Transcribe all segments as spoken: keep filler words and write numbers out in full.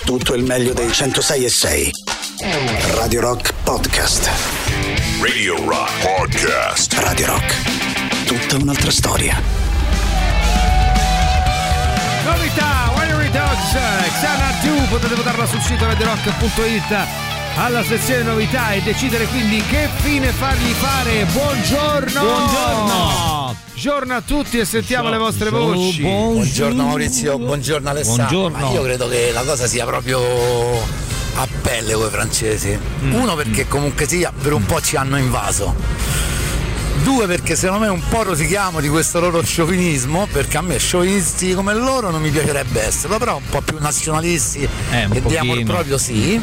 tutto il meglio dei centosei e sei. Radio Rock Podcast. Radio Rock Podcast. Radio Rock. Tutta un'altra storia. Novità, Winery Dogs, Xana due, potete votarla sul sito radio rock punto it alla sezione novità e decidere quindi che fine fargli fare. Buongiorno! Buongiorno! Buongiorno a tutti e sentiamo le vostre voci. Buongiorno Maurizio, buongiorno Alessandro. Buongiorno. Ma io credo che la cosa sia proprio a pelle coi francesi. Mm. Uno perché comunque sia per un po' ci hanno invaso. Due perché secondo me un po' rosichiamo di questo loro sciovinismo, perché a me sciovinisti come loro non mi piacerebbe essere, però un po' più nazionalisti eh, e di amor proprio sì.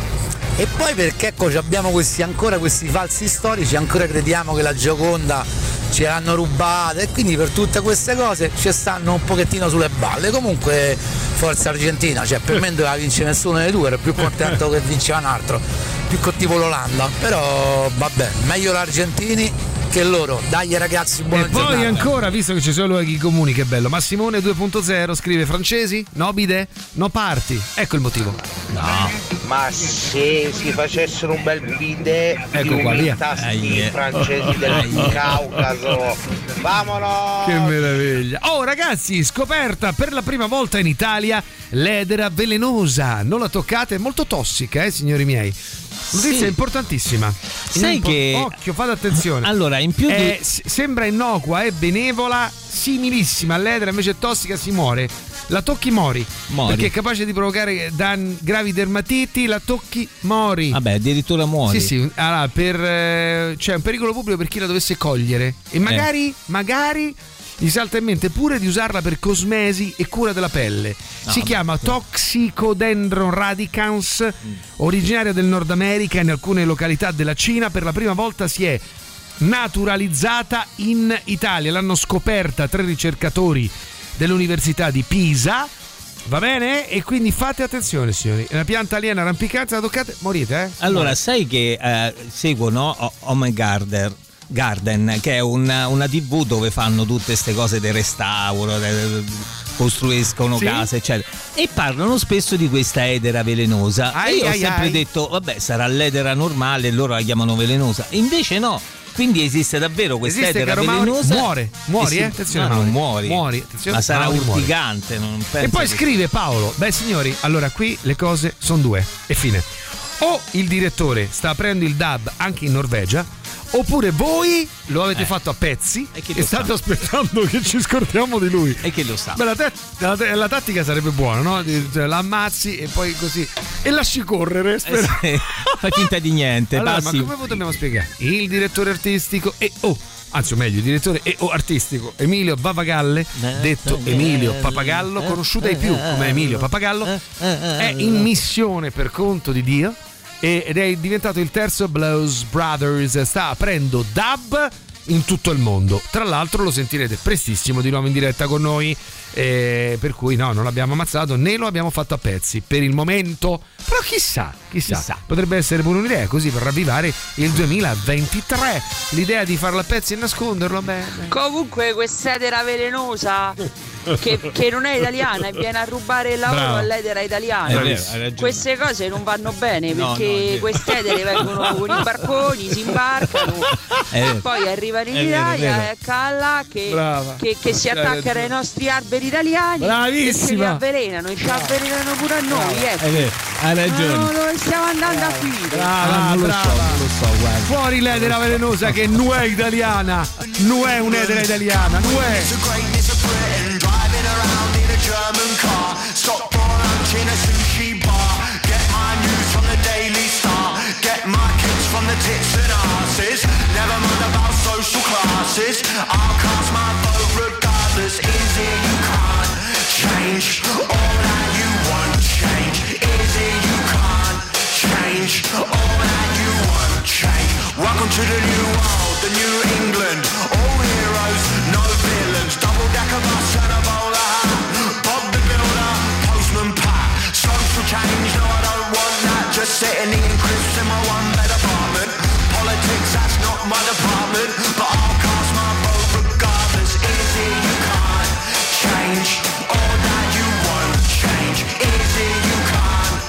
E poi perché ecco abbiamo questi ancora questi falsi storici, ancora crediamo che la Gioconda ce l'hanno rubata e quindi per tutte queste cose ci stanno un pochettino sulle balle. Comunque forza Argentina, cioè per me non doveva vincere nessuno dei due, ero più contento che vinceva un altro, più con tipo l'Olanda, però vabbè, meglio l'Argentini che loro, dai ragazzi, buona E poi giornata. ancora, visto che ci sono luoghi comuni, che bello, Massimone due punto zero scrive: francesi, no bide, no parti. Ecco il motivo. No. Ma se si facessero un bel bidet, ecco qua, via. I francesi del Caucaso, vamonos! Che meraviglia. Oh ragazzi, scoperta per la prima volta in Italia l'edera velenosa. Non la toccate, è molto tossica, eh signori miei. Notizia sì. importantissima. Sai Impo- che occhio, fate attenzione. Allora, in più di è, s- sembra innocua e benevola, similissima all'edera, invece è tossica, si muore. La tocchi mori, Mori. perché è capace di provocare danni gravi dermatiti, la tocchi mori. Vabbè, addirittura muori. Sì, sì, allora, per, eh, c'è un pericolo pubblico per chi la dovesse cogliere. E magari, eh. magari gli salta in mente pure di usarla per cosmesi e cura della pelle. No, si vabbè, chiama sì. Toxicodendron radicans, mm. originaria del Nord America e in alcune località della Cina. Per la prima volta si è naturalizzata in Italia. L'hanno scoperta tre ricercatori dell'Università di Pisa. Va bene? E quindi fate attenzione, signori. È una pianta aliena arrampicata, la toccate, morite, eh? Allora, Morite. sai che eh, seguono Home Garden, Garden, che è una, una tivù dove fanno tutte queste cose del restauro, de, costruiscono sì? case, eccetera. E parlano spesso di questa edera velenosa. Ai, e io ai, ho sempre ai. detto, vabbè, sarà l'edera normale e loro la chiamano velenosa. E invece no. Quindi esiste davvero questa Esiste, edera caro Mauri, velenosa. muore, muori, e eh? si- Attenzione, no, non Mauri. muori. Muori, attenzione, ma sarà Mauri muore. urticante. Non penso E poi che- scrive Paolo: beh signori, allora qui le cose sono due e fine. O il direttore sta aprendo il dub anche in Norvegia, oppure voi lo avete Eh. fatto a pezzi E chi e lo state sa? aspettando che ci scordiamo di lui. E che lo sa? Beh, la, te- la, te- la tattica sarebbe buona, no? Cioè, la ammazzi e poi così e lasci correre. Eh spera- sì, fai finta di niente. Allora, passi. ma come dobbiamo spiegare? Il direttore artistico e oh, anzi o meglio, il direttore e o artistico Emilio Papagalle, detto Emilio Papagallo, conosciuto ai più come Emilio Papagallo, è in missione per conto di Dio ed è diventato il terzo Blues Brothers. Sta aprendo dub in tutto il mondo. Tra l'altro lo sentirete prestissimo di nuovo in diretta con noi. Eh, per cui no, non l'abbiamo ammazzato né lo abbiamo fatto a pezzi per il momento, però chissà, chissà, Chissà. potrebbe essere pure un'idea così per ravvivare il duemilaventitré, l'idea di farlo a pezzi e nasconderlo bene. Comunque quest'edera velenosa che, che non è italiana e viene a rubare il lavoro Bravo. all'edera italiana. È vero, hai ragione. Queste cose non vanno bene No, perché no, è vero. queste edere vengono con i barconi, si imbarcano È vero. e poi arrivano in È vero, è Italia vero. e calla che, Brava. che, che si Hai attaccano ai ragione. nostri alberi italiani Bravissima. e ce li avvelenano e ci avvelenano pure a noi. Ecco. È vero, hai Ma ragione. dove stiamo andando a finire? Brava, Ah, non lo so, brava. non lo so, guarda. Fuori l'edera velenosa che non è italiana, non è un'edera italiana, non è. The greatness of Britain, driving around in a German car. Stop for lunch in a sushi bar. Get my news from the Daily Star. Get my kicks from the tits and asses. Never mind about social classes. I'll cast my vote regardless. Is it you can't change all that you want change? Is it you can't change all that you want change? Welcome to the new world, the new England. All heroes, no villains. Double decker bus and a bowler hat. Bob the Builder, Postman Pat. Social change, no I don't want that. Just sitting eating crisps in my one bed apartment. Politics, that's not my department. But I'll cast my vote regardless. Is it you can't change all that you want change? Is it you can't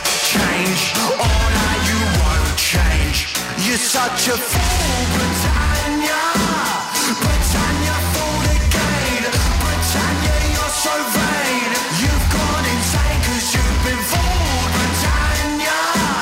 such a fool, Britannia. Britannia fooled again. Britannia, you're so vain. You've gone insane cause you've been fooled, Britannia.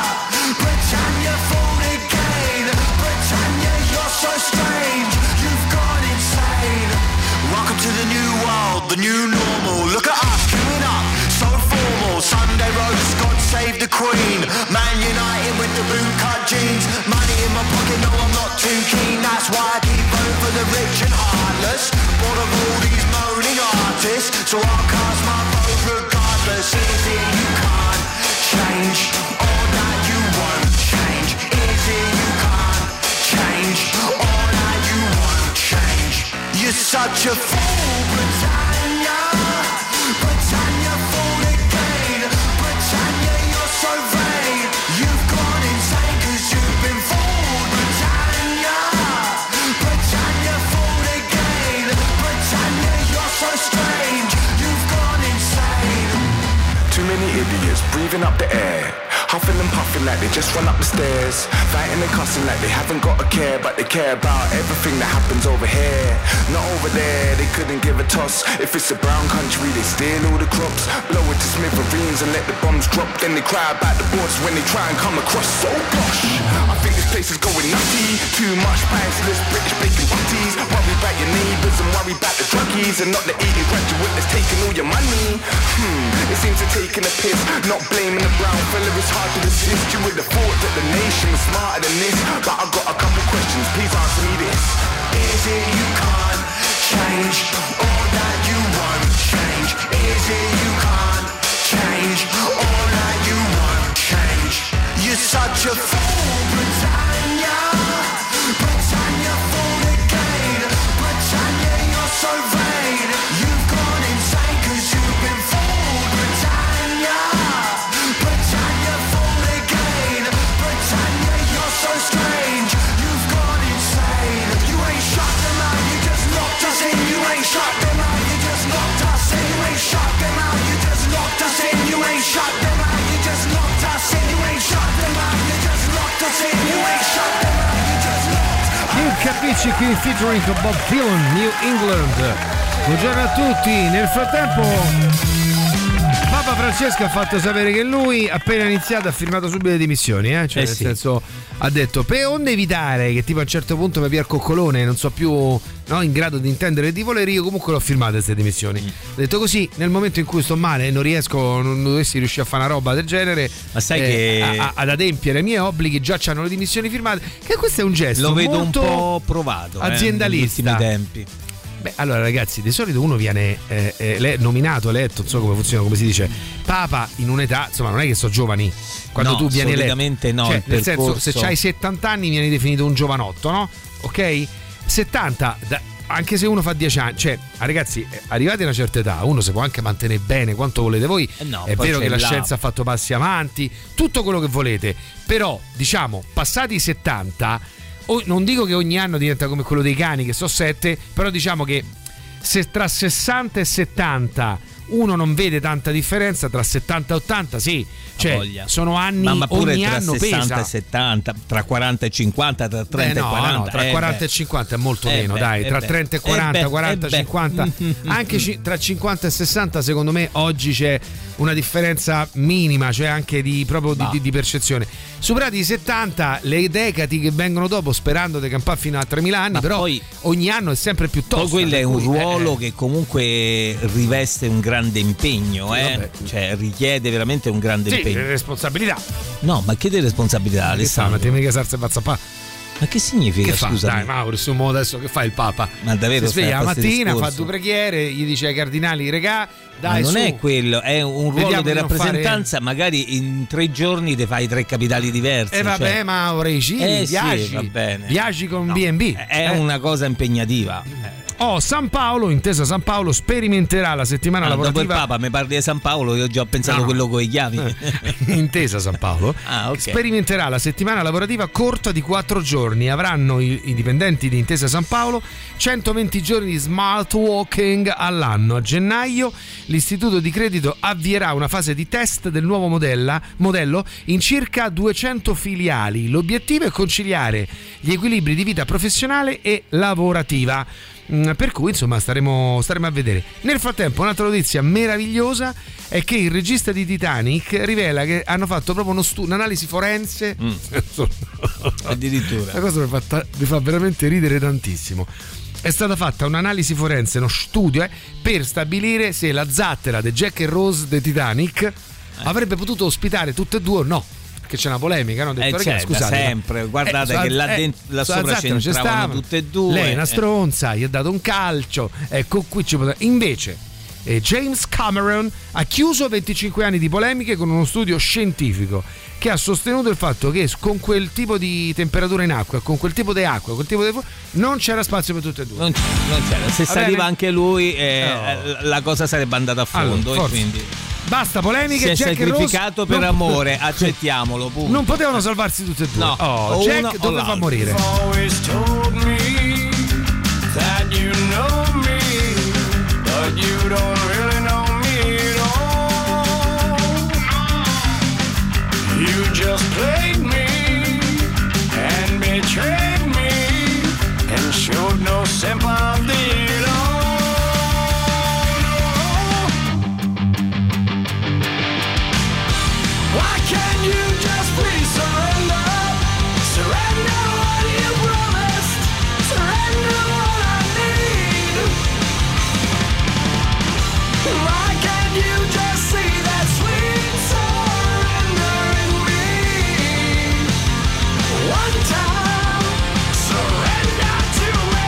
Britannia fooled again. Britannia, you're so strange. You've gone insane. Welcome to the new world, the new normal. Look at us queuing up, so formal. Sunday roast, God save the Queen. Man United with the bootcut jeans. Money in my pocket, no I'm not too keen. That's why I keep voting for the rich and heartless. Bored of all these moaning artists, so I'll cast my vote regardless. Is it you can't change, or that you won't change? Is it you can't change, or that you won't change? You're such a fool, Britannia. Britannia fooled again. Britannia, you're so vain. You've gone insane cause you've been fooled, Britannia. Britannia fooled again. Britannia, you're so strange. You've gone insane. Too many idiots breathing up the air, huffing and puffing like they just run up the stairs, fighting and cussing like they haven't got a care, but they care about everything that happens over here. Not over there, they couldn't give a toss. If it's a brown country, they steal all the crops, blow it to smithereens and let the bombs drop. Then they cry about the borders when they try and come across. So gosh, I think this place is going nutty. Too much priceless British bacon butties. Worry about your neighbours and worry about the druggies, and not the eating graduate that's taking all your money. Hmm, it seems to taking a piss, not blaming the brown fella. It's hard to resist. You would have thought that the nation was smarter than this, but I got a couple questions, please answer me this. Is it you can't change, or that you won't change? Is it you can't change, or that you won't change? You're such a fool, Britannia. Britannia fooled again. Britannia, you're so vain. You've gone insane cause you've been fooled, Britannia. Britannia fooled again. Britannia, you're so strange. You've gone insane. You ain't shut them out, you just locked us in. You ain't shut them out, you just locked us in. You ain't shut them out, you just locked us in. You ain't shut them out, you just locked us in. You ain't shut them out, you just locked us in. You ain't shut them out, you just locked. New Capricci qui featuring Bob Dylan, New England. Buongiorno a tutti. Nel frattempo Papa Francesco ha fatto sapere che lui appena iniziato ha firmato subito le dimissioni, eh? Cioè Eh nel sì. senso, ha detto per onde evitare che tipo a un certo punto mi Pier Coccolone non so più, no, in grado di intendere e di volere, io comunque l'ho firmate queste dimissioni. Mm. Ho detto così, nel momento in cui sto male e non riesco, non dovessi riuscire a fare una roba del genere, Ma sai eh, che- a- a- ad adempiere ai miei obblighi, già c'hanno le dimissioni firmate, che questo è un gesto Lo vedo molto un po' provato eh, aziendalista. negli ultimi tempi. Beh, allora ragazzi, di solito uno viene eh, eh, le- nominato, eletto, non so come funziona, come si dice, papa in un'età, insomma non è che sono giovani quando No, tu vieni eletto. solitamente no, Cioè, il nel senso, percorso- se c'hai settanta anni vieni definito un giovanotto, no? Ok? settanta, da- anche se uno fa dieci anni, cioè ah, ragazzi, eh, arrivati a una certa età uno si può anche mantenere bene quanto volete voi. Eh no, è poi vero c'è che la là. scienza ha fatto passi avanti, tutto quello che volete, però diciamo passati i settanta, o- non dico che ogni anno diventa come quello dei cani che so sette, però diciamo che se tra sessanta e settanta uno non vede tanta differenza, tra settanta e ottanta sì, cioè voglia. sono anni, ma, ma pure ogni tra anno sessanta pesa. e settanta, tra quaranta e cinquanta, tra trenta Beh, no, e quaranta, no, tra eh, quaranta beh. e cinquanta è molto Eh meno, beh, dai, eh tra beh. trenta e Eh quaranta, beh, quaranta, eh beh. cinquanta, anche ci- tra cinquanta e sessanta secondo me oggi c'è una differenza minima, cioè anche di proprio di, Bah. di- di percezione. Superati i settanta, le decadi che vengono dopo, sperando di campare fino a tremila anni, Ma però poi- ogni anno è sempre più tosta. Poi quello è per un cui, ruolo eh, che comunque riveste un grande impegno, eh? Vabbè. Cioè richiede veramente un grande sì, impegno. responsabilità. No, ma che di responsabilità, Che sta, Alessandro? ma te mica salsa e pazzapà. Ma che significa, Che fa? scusami? Dai, Mauro, su mo adesso che fa il Papa? Ma davvero si sveglia stai a la fare questo mattina, fa discorso? due preghiere, gli dice ai cardinali, regà, Ma dai non su. è quello, è un ruolo Vediamo di di non rappresentanza, magari in tre giorni ti fai tre capitali diversi. E vabbè, cioè. Mauro, i Cili, Eh sì, viaggi, va bene. viaggi con No, B and B. È Eh. una cosa impegnativa. Oh, San Paolo, intesa San Paolo, sperimenterà la settimana Ah, dopo il lavorativa. Papa mi parli di San Paolo, io già ho pensato No, no. quello con i chiavi. Intesa San Paolo ah, okay. sperimenterà la settimana lavorativa corta di quattro giorni. Avranno i, i dipendenti di Intesa San Paolo centoventi giorni di smart working all'anno. A gennaio l'istituto di credito avvierà una fase di test del nuovo modella, modello in circa duecento filiali. L'obiettivo è conciliare gli equilibri di vita professionale e lavorativa. Per cui insomma staremo, staremo a vedere. Nel frattempo un'altra notizia meravigliosa è che il regista di Titanic rivela che hanno fatto proprio uno stu- un'analisi forense mm. addirittura. La cosa mi fa, mi fa veramente ridere tantissimo. È stata fatta un'analisi forense, uno studio eh, per stabilire se la zattera di Jack e Rose di Titanic eh. avrebbe potuto ospitare tutte e due o no. Che c'è una polemica, no? Ho detto, eh ragazzi, scusate, sempre, guardate eh, che là, eh, dentro, là sopra c'entravano tutte e due. Lei è una eh. stronza, gli ha dato un calcio, ecco qui ci poteva. Invece eh, James Cameron ha chiuso venticinque anni di polemiche con uno studio scientifico che ha sostenuto il fatto che con quel tipo di temperatura in acqua, con quel tipo di acqua, quel tipo di non c'era spazio per tutte e due. Non, non c'era, se Va saliva bene? anche lui eh, no. la cosa sarebbe andata a fondo allora, e quindi basta polemiche. si è Jack sacrificato Rose, per non, amore, accettiamolo, punto. Non potevano salvarsi tutte e due. No, oh, Jack doveva morire. Just played me and betrayed me and showed no sympathy at all. Why can't you just please surrender? Surrender what you promised. Surrender what I need. Why can't you just see that sweet surrender in me? One time, surrender to me.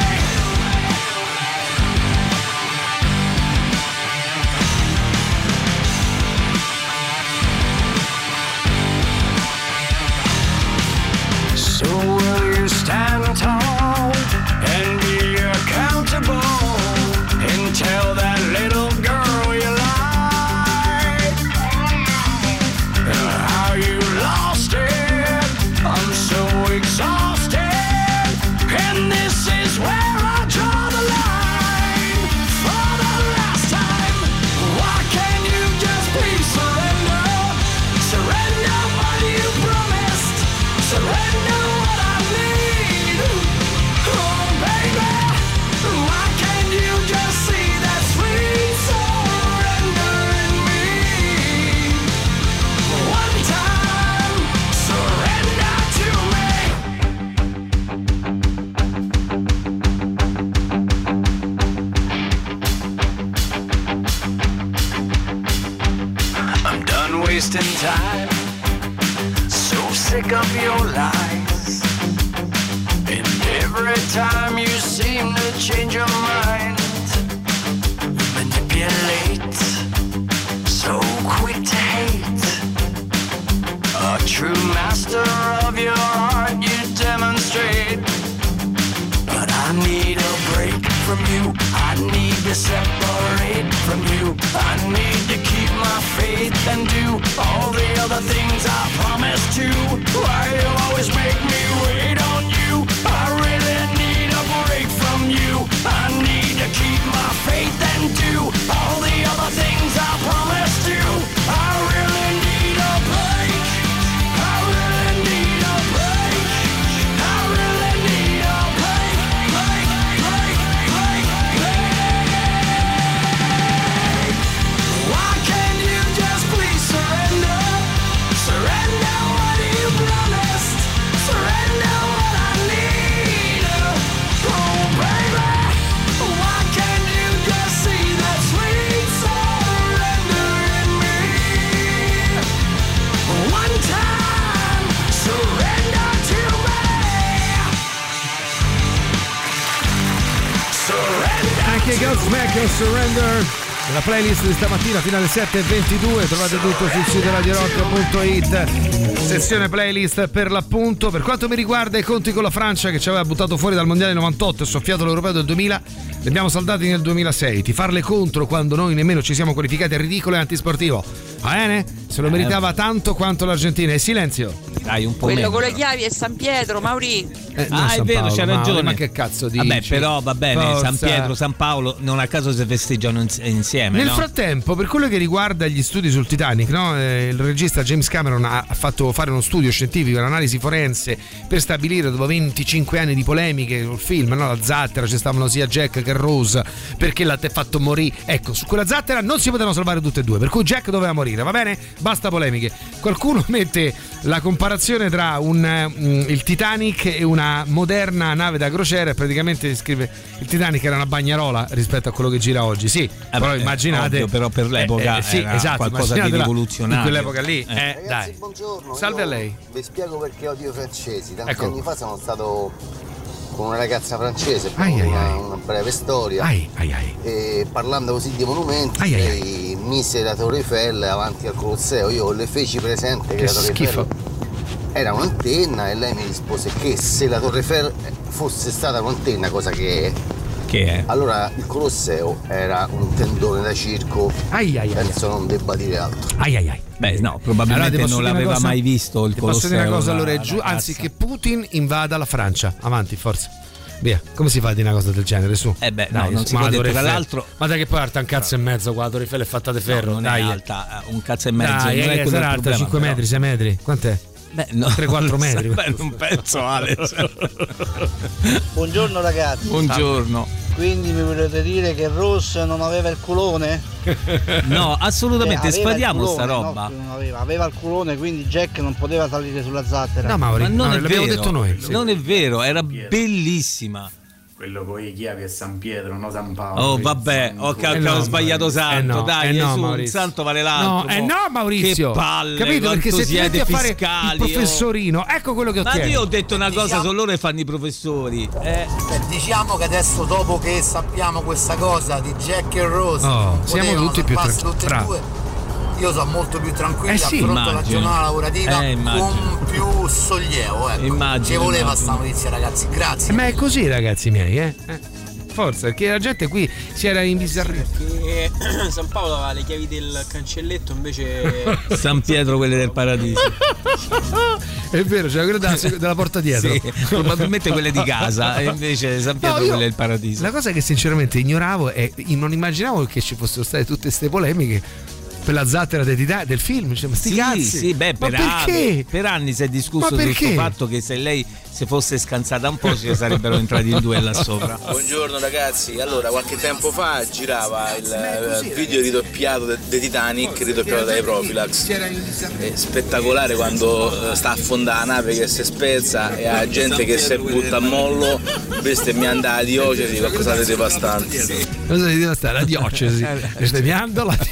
So will you stand tall and be accountable and tell that little girl you like how you lost it? I'm so exhausted, and this is where I draw the line. For the last time, why can't you just please surrender? Surrender what you promised. Surrender what I need. Oh baby, why can't you just see that sweet surrender in me? One time, surrender to me. I'm done wasting time. So sick of your lies. And every time you seem to change your mind, manipulate. So quick to hate. A true master of your art you demonstrate. But I need a break from you. I need to separate from you. I need to keep my faith and do all the other things I promised to. Why you always make me wait on you? I really need a break from you. I need to keep my faith and do all the other things I promised to. I really need a break. I really need a break. I really need a break, break, break, break, break. Why can't you just please surrender? Surrender what you promised. Surrender what I need. Oh baby, why can't you just see that sweet surrender in me? One time, surrender to me. Surrender. Anche Godsmack e Surrender la playlist di stamattina fino alle sette e ventidue, trovate tutto sul sito radio rock punto it, sezione playlist per l'appunto. Per quanto mi riguarda, i conti con la Francia, che ci aveva buttato fuori dal mondiale novantotto e soffiato l'europeo del duemila, li abbiamo saldati nel duemilasei. Tifarle contro quando noi nemmeno ci siamo qualificati è ridicolo e antisportivo. Va bene? Se lo meritava tanto quanto l'Argentina. E silenzio. Dai, un po' Quello meno. con le chiavi è San Pietro, Mauri. Eh, Ah, è San vero, Paolo, c'ha Mauro, ragione. ma che cazzo dici? Vabbè, però va bene, Forza. San Pietro, San Paolo, non a caso si festeggiano ins- insieme. Nel no? frattempo, per quello che riguarda gli studi sul Titanic, no? eh, il regista James Cameron ha fatto fare uno studio scientifico, un'analisi forense per stabilire, dopo venticinque anni di polemiche sul film, no? La zattera, ci stavano sia Jack che Rose, perché l'ha fatto morire. Ecco, su quella zattera non si potevano salvare tutte e due, per cui Jack doveva morire, va bene? Basta polemiche. Qualcuno mette la comparazione tra un, um, il Titanic e una moderna nave da crociera e praticamente scrive il Titanic era una bagnarola rispetto a quello che gira oggi. Sì, Eh però beh, immaginate ovvio, però per l'epoca eh, eh, sì, era esatto, qualcosa di immaginatela rivoluzionario. in quell'epoca lì. Eh. Eh, Ragazzi, dai. buongiorno. Salve Io a lei. Vi spiego perché odio i francesi. Tanti Ecco. anni fa sono stato con una ragazza francese per Ai, ai, una, ai. una breve storia. Ai, ai, ai. E parlando così di monumenti, Ai, ai, lei mise la Torre Eiffel avanti al Colosseo. Io le feci presente che, Che la Torre schifo. Eiffel era un'antenna e lei mi rispose che se la Torre Eiffel fosse stata un'antenna, cosa che è, Che è? allora il Colosseo era un tendone da circo. Ai, ai, ai. Penso non debba dire altro. Ai, ai, ai. Beh, no, Allora, probabilmente ti posso non dire una l'aveva cosa? mai visto il Ti posso dire una Colosseo. cosa, la- allora è la giù, ragazza. anzi che Putin invada la Francia. Avanti, forza. Via. Come si fa a dire una cosa del genere, su? Eh beh, Dai, no, non su, si ma può la dire. Torre Tra Eiffel. l'altro, Ma dai che poi alta un cazzo e mezzo qua, la Torre Eiffel è fatta di ferro. non dai. è alta, un cazzo e mezzo. Dai, non è eh, quello sarà il alta problema, cinque però. metri, sei metri. Quant'è? Beh, no, tre quattro metri. Beh, non penso, Alex. Buongiorno ragazzi. Buongiorno. Quindi mi volete dire che Ross non aveva il culone? No, assolutamente, Eh, aveva sfadiamo il sta culone, roba. no, che non aveva. aveva il culone, quindi Jack non poteva salire sulla zattera. No, Mauri, Ma non no, è l'abbiamo vero. detto noi. Sì. Non è vero, era bellissima. Quello con i chiavi è San Pietro, no San Paolo. Oh vabbè, ho, Eh ho no, sbagliato Maurizio. santo, Eh no, dai, eh no, su, un Maurizio. santo vale l'altro. No, eh mo. no, Maurizio. Che palle, Capito? Perché quanto se ti metti siete a fare fiscali, il professorino, ecco quello che oh. Ma ottieni. io ho detto una cosa, sono loro che fanno i professori. Eh. Beh, diciamo che adesso, dopo che sappiamo questa cosa di Jack e Rose, Oh, siamo potevano tutti più salvarsi tra- tutte e tra- due. Io sono molto più tranquillo, Eh sì, affronto la immagino. giornata lavorativa Eh, immagino. con più sollievo. Ecco. Immagino, Ci voleva immagino. sta notizia, ragazzi, grazie. Eh, Ma è così, ragazzi miei, eh? eh. Forza, perché la gente qui si era imbizarrita. Che San Paolo aveva le chiavi del cancelletto, invece San Pietro, quelle del paradiso. È vero, c'era quella della, della porta dietro. Sì, probabilmente quelle di casa, e invece San Pietro No, io- quelle del paradiso. La cosa che sinceramente ignoravo è non immaginavo che ci fossero state tutte queste polemiche per la zattera del, del film, cioè, ma sti Sì, cazzi. sì, beh, ma per perché? anni, per anni si è discusso Ma su questo perché? fatto che se lei se fosse scansata un po' ci sarebbero entrati in due là sopra. Buongiorno ragazzi, allora qualche tempo fa girava il eh, video ridoppiato di Titanic, ridoppiato dai Profilax. È spettacolare quando eh, sta affondando la nave che si spezza e la gente che si butta a mollo, bestemmiando la diocesi, qualcosa di devastante. Cosa di devastare? La diocesi. Bestemmiando la,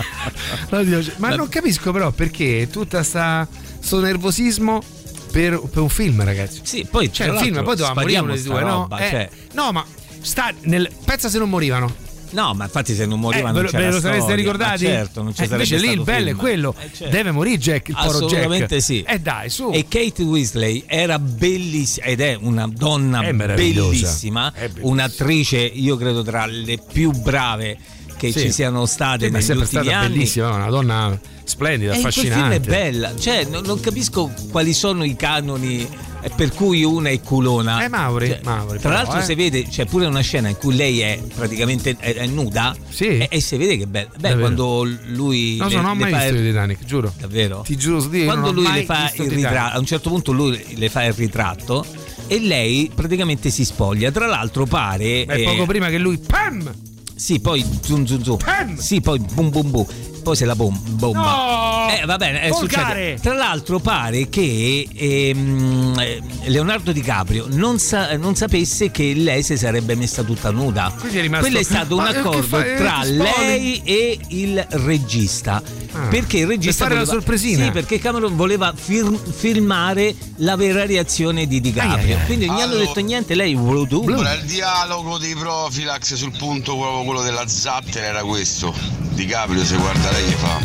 la diocesi. Ma non capisco però perché tutta sta sto nervosismo per, per un film, ragazzi. Sì, poi cioè tra il film, l'altro, poi doveva morire uno di spariamo due, sta no? roba, Eh, cioè. no, ma sta nel pensa se non morivano. No, ma infatti se non moriva Eh, non ve, c'era ve lo storia. sareste ricordati? Ma certo, non ci Eh, sarebbe invece lì stato il bello film. è quello. Eh, certo. Deve morire Jack, il poro Jack. Assolutamente sì. Eh dai, su. E Kate Winslet era bellissima ed è una donna È meravigliosa. bellissima, È bellissima. un'attrice io credo tra le più brave che Sì. ci siano state Sì, ma è negli sempre ultimi stata anni. bellissima, una donna splendida, E in quel film affascinante. è bella, cioè non, non capisco quali sono i canoni eh, per cui una è culona. Eh, Mauri, Cioè, Mauri, tra però, l'altro eh. si vede, c'è pure una scena in cui lei è praticamente è, è nuda, sì. e, e si vede che è bella. Beh, Davvero. quando lui No, le, non ho le mai fa visto il- il Titanic, giuro. Davvero? Ti giuro su Dio, io Quando non ho lui mai le fa visto il Titanic. ritratto, a un certo punto lui le fa il ritratto e lei praticamente si spoglia. Tra l'altro pare È eh, poco prima che lui pam! sì, poi zum zum zum. Pam! Sì, poi bum bum bum. Poi se la bom- bomba. No! Eh, va bene, è Volgare! succede. Tra l'altro pare che ehm, eh, Leonardo DiCaprio non, sa- non sapesse che lei si sarebbe messa tutta nuda. Quindi è rimasto- Quello è stato un Ma che accordo fai? Eh, tra ti spoli? lei e il regista. Ah, perché il regista per fare la voleva- sorpresina. Sì, perché Cameron voleva fir- filmare la vera reazione di DiCaprio. Ai, ai, ai. Quindi non gli hanno Allora- detto niente, lei voluto. Allora, il dialogo dei Profilax sul punto proprio quello della zattera era questo. Di Caprio se guarda lei gli fa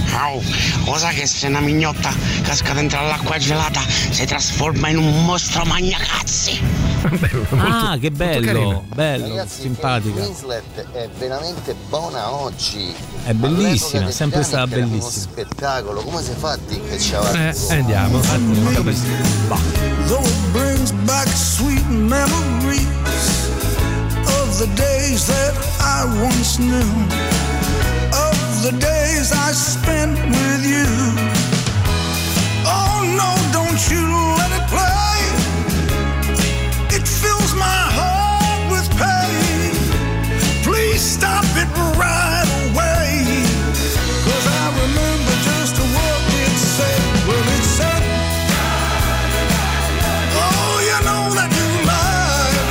Oh, cosa che se una mignotta casca dentro all'acqua gelata si trasforma in un mostro magnacazzi. Ah, che bello, bello, Ragazzi, simpatica. Kate Winslet è veramente buona oggi. È bellissima, All'epoca sempre stata Titanic era uno bellissima. spettacolo, come si fa a dire che c'era? Eh, andiamo. Though it brings back sweet memories of the days that I once knew, of the days I spent with you. Oh no, don't you let it play. It fills my heart with pain. Please stop it right away. 'Cause I remember just what it said. Well, it said, oh, you know that you lied.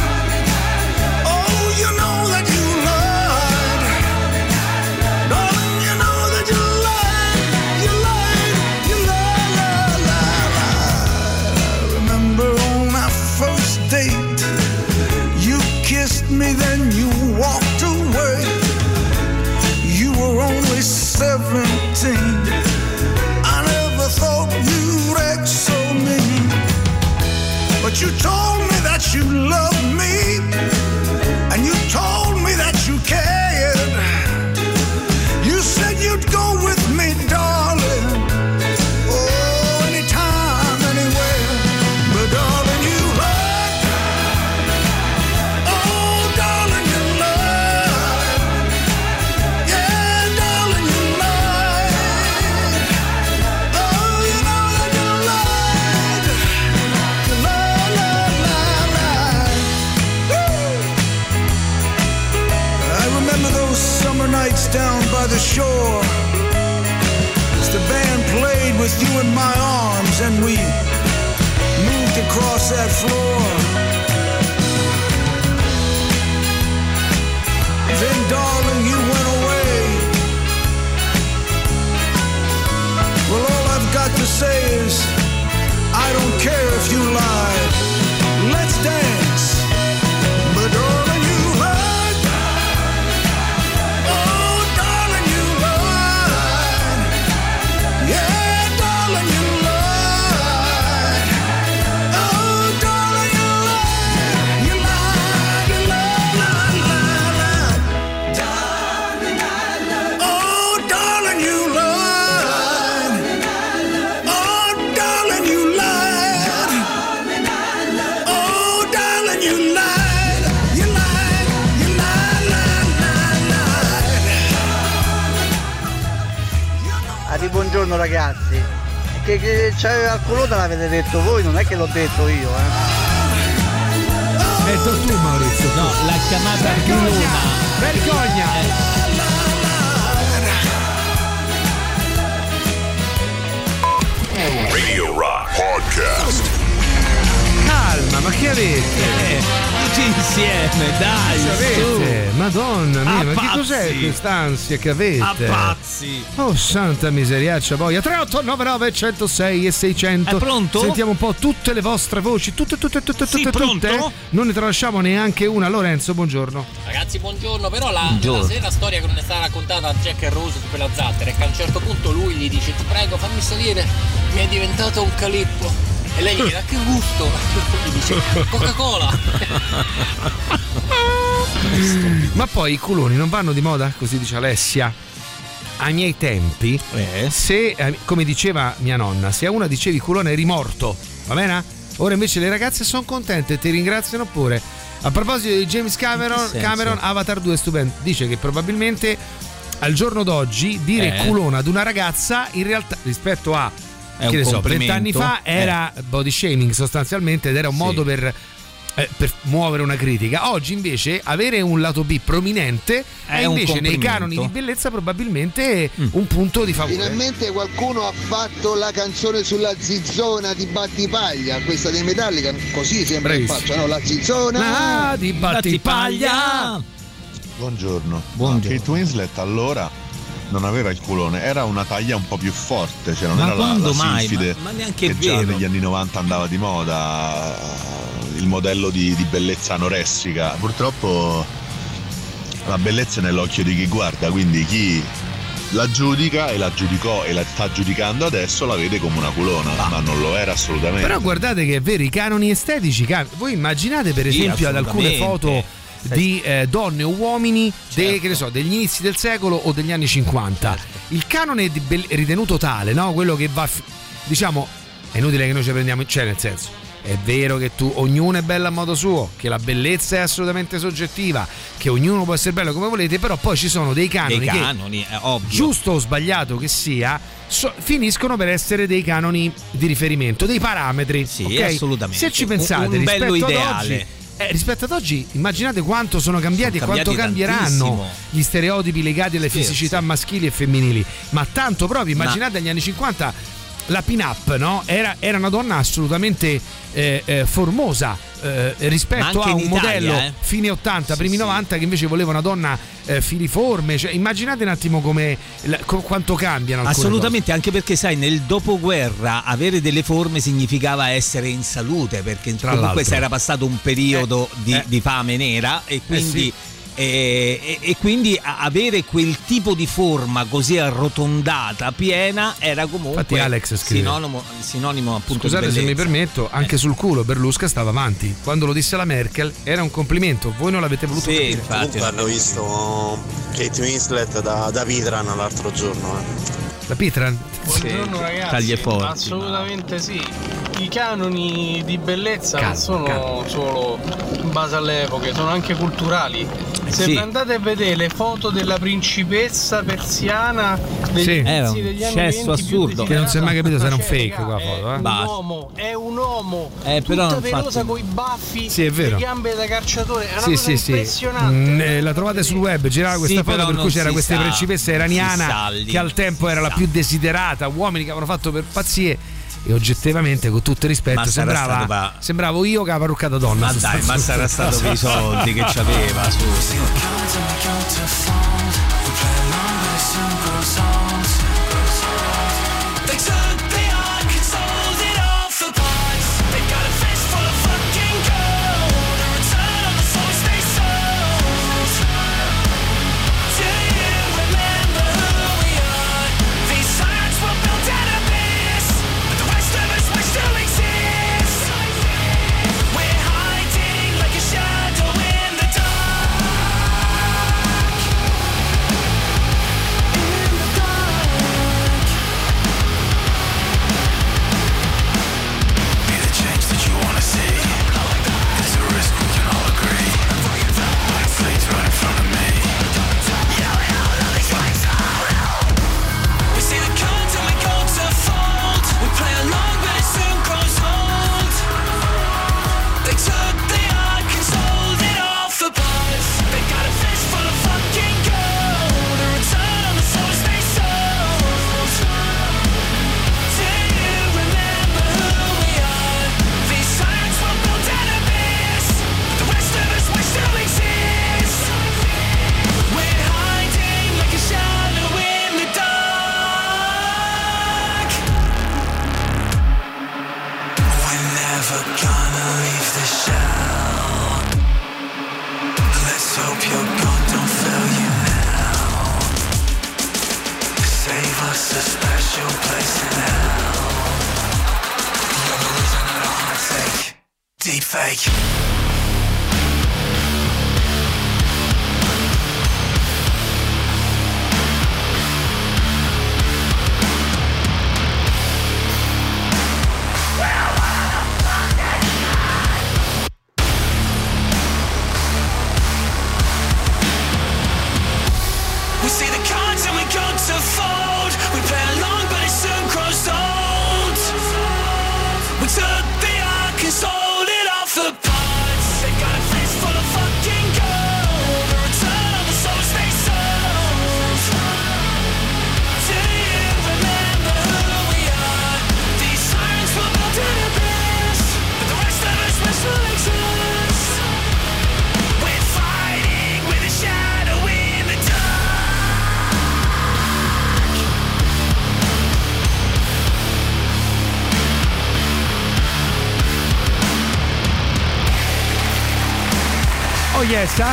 Oh, you know that you lied. Darling, you know that you lied. You lied, you lied, lied, lied, lied. I remember on our first date, you kissed me, then you walked away. You were only seventeen. I never thought you'd act so mean. But you told me that you loved me, and you told me that you cared. You said you'd go with me, darling. Oh, anytime, anywhere. But darling, you lied. Oh, darling, you lied. Yeah, darling, you lied. Oh, you know that you lied. You lied, lied, lied, lied. Woo! I remember those summer nights down by the shore, as the band played with you in my arms and we moved across that floor. Then, darling, you went away. Well, all I've got to say is, I don't care if you lied. Let's dance. But darling, you lied. Oh, darling, you lied. Yeah, darling, you lied. Oh, darling, you lied. You lied, you lied, lied, lied, lied. Darling, I love. Oh, darling, you lied. Oh, darling, you lied. Oh, darling, you lied. You lied, you lied, lied, lied, lied. Adi, buongiorno ragazzi. Che, che c'aveva il culo te l'avete detto voi, non è che l'ho detto io, eh. Hai detto tu, Maurizio. No, l'ha chiamata Culona. Vergogna! Radio Rock Podcast. Calma, ma che avete? Eh, tutti insieme, dai, Che avete? su. Madonna mia, A ma che pazzi. cos'è quest'ansia che avete? A pazzi. Oh, santa miseriaccia boia. tre otto nove nove uno zero sei e seicento. È pronto? Sentiamo un po' tutte le vostre voci. Tutte, tutte, tutte, Sì, tutte, pronto? tutte. Non ne tralasciamo neanche una. Lorenzo, buongiorno. Ragazzi, buongiorno. Però la, Buongiorno. la sera storia che non è stata raccontata a Jack e Rose su quella zattera è che a un certo punto lui gli dice: ti prego, fammi salire, mi è diventato un calippo. E lei gli chiede: a che gusto? Gli dice: Coca-Cola. Ma poi i culoni non vanno di moda? Così dice Alessia. Ai miei tempi, Eh. se, eh, come diceva mia nonna, se a una dicevi culone eri morto, va bene? Ora invece le ragazze sono contente e ti ringraziano pure. A proposito di James Cameron, In che senso? Cameron Avatar due è stupendo. Dice che probabilmente al giorno d'oggi dire Eh. culona ad una ragazza in realtà rispetto a È che un ne so, complimento. vent'anni fa era body shaming sostanzialmente ed era un Sì. modo per, eh, per muovere una critica. Oggi invece avere un lato B prominente è, È un invece nei complimento. canoni di bellezza probabilmente un punto di favore. Finalmente qualcuno ha fatto la canzone sulla zizzona di Battipaglia, questa dei Metallica, così sembra che Bravissimo. faccia, no? La zizzona! Ah, di Battipaglia! Buongiorno. Buongiorno. Kate Winslet allora non aveva il culone, era una taglia un po' più forte, cioè non Ma era la, quando la mai? silfide Ma- ma neanche che già vero. negli anni novanta andava di moda, il modello di, di bellezza anoressica. Purtroppo la bellezza è nell'occhio di chi guarda, quindi chi la giudica e la giudicò e la sta giudicando adesso, la vede come una culona, ah. ma non lo era assolutamente. Però guardate che è vero, i canoni estetici cambiano. Voi immaginate per esempio sì, ad alcune foto di eh, donne o uomini certo. de, che ne so, degli inizi del secolo o degli anni cinquanta, certo. il canone di be- ritenuto tale, no? Quello che va, diciamo, è inutile che noi ci prendiamo, cioè nel senso, è vero che tu, ognuno è bello a modo suo, che la bellezza è assolutamente soggettiva, che ognuno può essere bello come volete, però poi ci sono dei canoni, dei canoni che, è ovvio. giusto o sbagliato che sia, so, finiscono per essere dei canoni di riferimento, dei parametri. Sì, okay? assolutamente. Se ci pensate, un, un bello ideale. Oggi, eh, rispetto ad oggi, immaginate quanto sono cambiati sono e quanto cambieranno tantissimo. Gli stereotipi legati alle sì, fisicità sì. maschili e femminili. Ma tanto proprio, immaginate Ma... agli anni cinquanta. La pin-up, no? Era, era una donna assolutamente eh, eh, formosa eh, rispetto a un Italia, modello eh? fine ottanta, sì, primi sì. novanta, che invece voleva una donna eh, filiforme. Cioè, immaginate un attimo come la, co- quanto cambiano. Assolutamente, cose. Anche perché sai, nel dopoguerra avere delle forme significava essere in salute, perché Tra comunque l'altro. si era passato un periodo eh, di, eh. di fame nera e quindi... Eh sì. E, e, e quindi avere quel tipo di forma così arrotondata, piena, era comunque Infatti Alex scrive, sinonimo, sinonimo appunto scusate di se bellezza. mi permetto, anche eh. sul culo Berlusca stava avanti. Quando lo disse la Merkel era un complimento, voi non l'avete voluto sì, capire. Infatti hanno visto Kate Winslet da, da Pitran l'altro giorno eh. Da Pitran? Buongiorno ragazzi, taglie forti, assolutamente sì. I canoni di bellezza Cal- non sono cal- solo in base alle epoche, sono anche culturali. Se sì. andate a vedere le foto della principessa persiana degli sì. inizi degli anni venti, assurdo che non si è mai capito se era un cioè, fake qua foto, eh? È un uomo, è un uomo eh, però tutta infatti... pelosa coi baffi, sì, è vero. le gambe da calciatore, è una sì, cosa sì, impressionante. Sì. La trovate sul web, girava questa sì, foto per cui c'era questa sa, principessa iraniana che al tempo era la più desiderata, uomini che avevano fatto per pazzie. E oggettivamente, con tutto il rispetto, ma sembrava pa... sembravo io che avevo parruccata donna. Ma dai, ma sarà stato per i soldi che c'aveva, su. Yes, eh?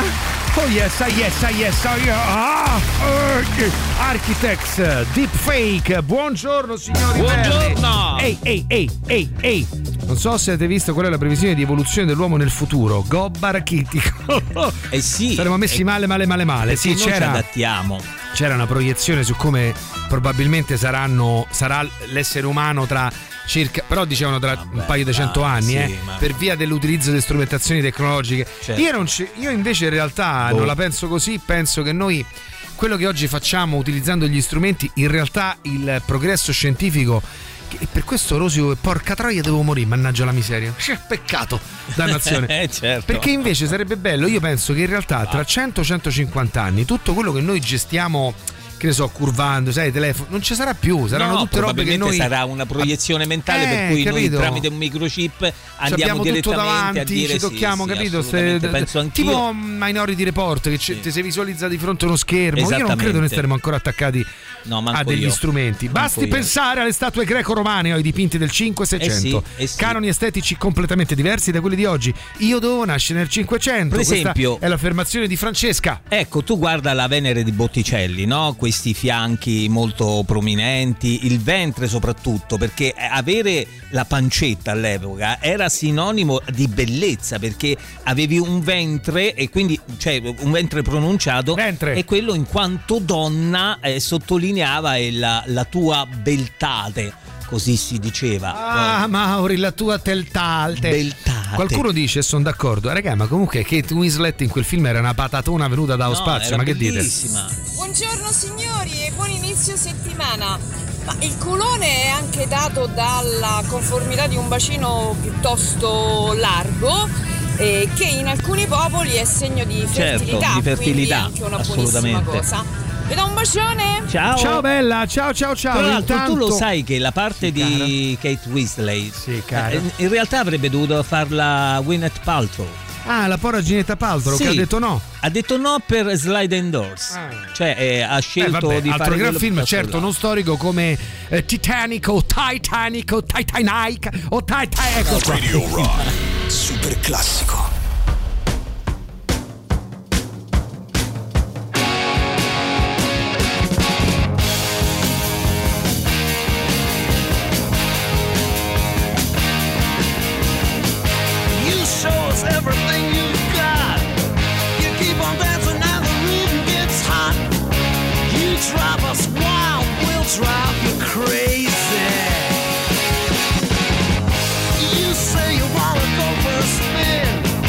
Oh yes, ah yes, ah yes, ah yeah. Ah, uh, Architects, Deepfake. Buongiorno signori. Buongiorno. Ehi, ehi, ehi, ehi, ehi. Non so se avete visto qual è la previsione di evoluzione dell'uomo nel futuro. Gobba rachitico. Eh sì. Saremo messi male, male, male, male. Sì, noi c'era. ci adattiamo. C'era una proiezione su come probabilmente saranno sarà l'essere umano tra circa, però dicevano tra Vabbè, un paio di cento dai, anni, sì, eh, ma... per via dell'utilizzo delle strumentazioni tecnologiche. Certo. Io, non ci, io invece in realtà boh. non la penso così, penso che noi quello che oggi facciamo utilizzando gli strumenti, in realtà il progresso scientifico, e per questo Rosio, porca troia, devo morire, mannaggia la miseria. Peccato, dannazione. eh, certo. Perché invece sarebbe bello, io penso che in realtà tra cento centocinquanta anni tutto quello che noi gestiamo, che ne so, curvando, sai, telefono, non ci sarà più, saranno no, tutte robe che noi sarà una proiezione mentale eh, per cui capito? noi tramite un microchip andiamo direttamente tutto davanti, a dire ci tocchiamo, sì, capito? Sì, Se, penso anch'io. Tipo Minority Report che sì. ti si visualizza di fronte a uno schermo. Io non credo ne staremo ancora attaccati no, a degli io. strumenti. Manco Basti io. pensare alle statue greco-romane o ai dipinti del cinque seicento, eh sì, eh sì. canoni estetici completamente diversi da quelli di oggi. Io dovevo nascere nel cinquecento. Per esempio, questa è l'affermazione di Francesca. Ecco, tu guarda la Venere di Botticelli, no? Questi fianchi molto prominenti, il ventre soprattutto, perché avere la pancetta all'epoca era sinonimo di bellezza, perché avevi un ventre e quindi, cioè, un ventre pronunciato, ventre. E quello in quanto donna eh, sottolineava la, la tua beltate, così si diceva. Ah, no? Mauri, la tua teltate. Beltate. Qualcuno dice, e sono d'accordo, raga, ma comunque Kate Winslet in quel film era una patatona venuta dallo no, spazio, ma che bellissima. dite? Buongiorno signori e buon inizio settimana. Ma il culone è anche dato dalla conformità di un bacino piuttosto largo, eh, che in alcuni popoli è segno di fertilità, certo, di fertilità, quindi è anche una buonissima cosa. Vi do un bacione. Ciao. Ciao bella, ciao ciao ciao. Tra l'altro Intanto... tu lo sai che la parte sì, di cara. Kate Winslet sì, cara. in realtà avrebbe dovuto farla Gwyneth Paltrow. Ah, la povera Ginetta Paltrow sì. che ha detto no. Ha detto no per Slide and Doors. Ah. Cioè eh, ha scelto eh, vabbè, di altro fare gran film, certo, là. non storico come eh, Titanic o Titanic o Titanic o Titanic. Ecco qua. Radio Rock, super classico. Everything you've got, you keep on dancing and the rhythm gets hot. You drive us wild, we'll drive you crazy. You say you wanna go for a spin,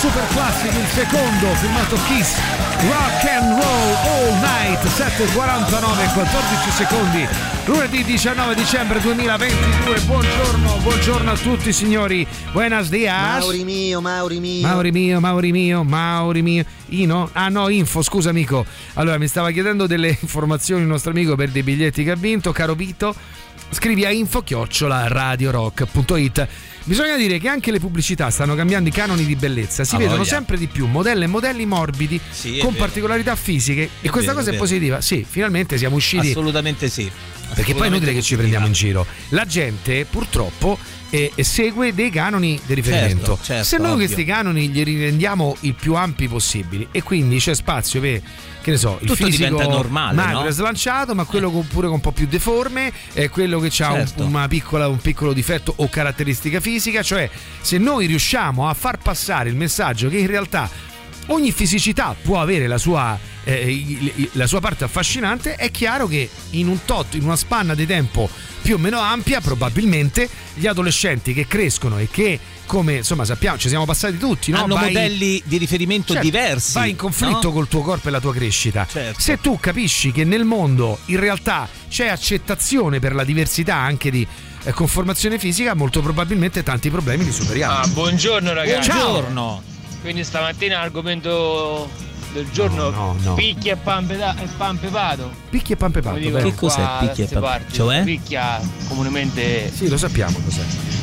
super classico, il secondo, firmato Kiss, Rock and Roll All Night, sette e quarantanove e quattordici secondi, lunedì diciannove dicembre duemilaventidue. Buongiorno, buongiorno a tutti signori, buenas dias. Mauri mio, Mauri mio. Mauri mio, Mauri mio, Mauri mio. Ino? Ah no, info, scusa amico. Allora, mi stava chiedendo delle informazioni il nostro amico per dei biglietti che ha vinto, caro Vito. Scrivi a info chiocciola radiorock punto it. Bisogna dire che anche le pubblicità stanno cambiando i canoni di bellezza, si ah, vedono voglia. sempre di più modelli e modelli morbidi, sì, con vero. particolarità fisiche, è e questa vero, cosa è è vero. positiva. Sì, finalmente siamo usciti. Assolutamente sì. Perché poi è inutile che ci prendiamo in giro. La gente purtroppo eh, segue dei canoni di riferimento. Certo, certo, Se noi ovvio. questi canoni li rendiamo il più ampi possibili, e quindi c'è spazio per, che ne so, il Tutto fisico diventa normale, magro no? e slanciato, ma quello con, pure con un po' più deforme, è quello che ha Certo. un, una piccola, un piccolo difetto o caratteristica fisica. Cioè, se noi riusciamo a far passare il messaggio che in realtà ogni fisicità può avere la sua, eh, la sua parte affascinante, è chiaro che in un tot, in una spanna di tempo più o meno ampia, probabilmente gli adolescenti che crescono e che, come insomma sappiamo, ci siamo passati tutti, no? Hanno Vai- modelli di riferimento Certo, diversi. vai in conflitto no? col tuo corpo e la tua crescita. Certo. Se tu capisci che nel mondo in realtà c'è accettazione per la diversità anche di eh, conformazione fisica, molto probabilmente tanti problemi li superiamo. Ah, buongiorno ragazzi. Ciao. Quindi stamattina l'argomento del giorno, No, no, no. picchia e pan, peda- e pan pepato. Picchi e pan pepato, Come dicono beh. qua Che cos'è da picchia e ste pan- parti. cioè? Picchia comunemente Sì, lo sappiamo cos'è.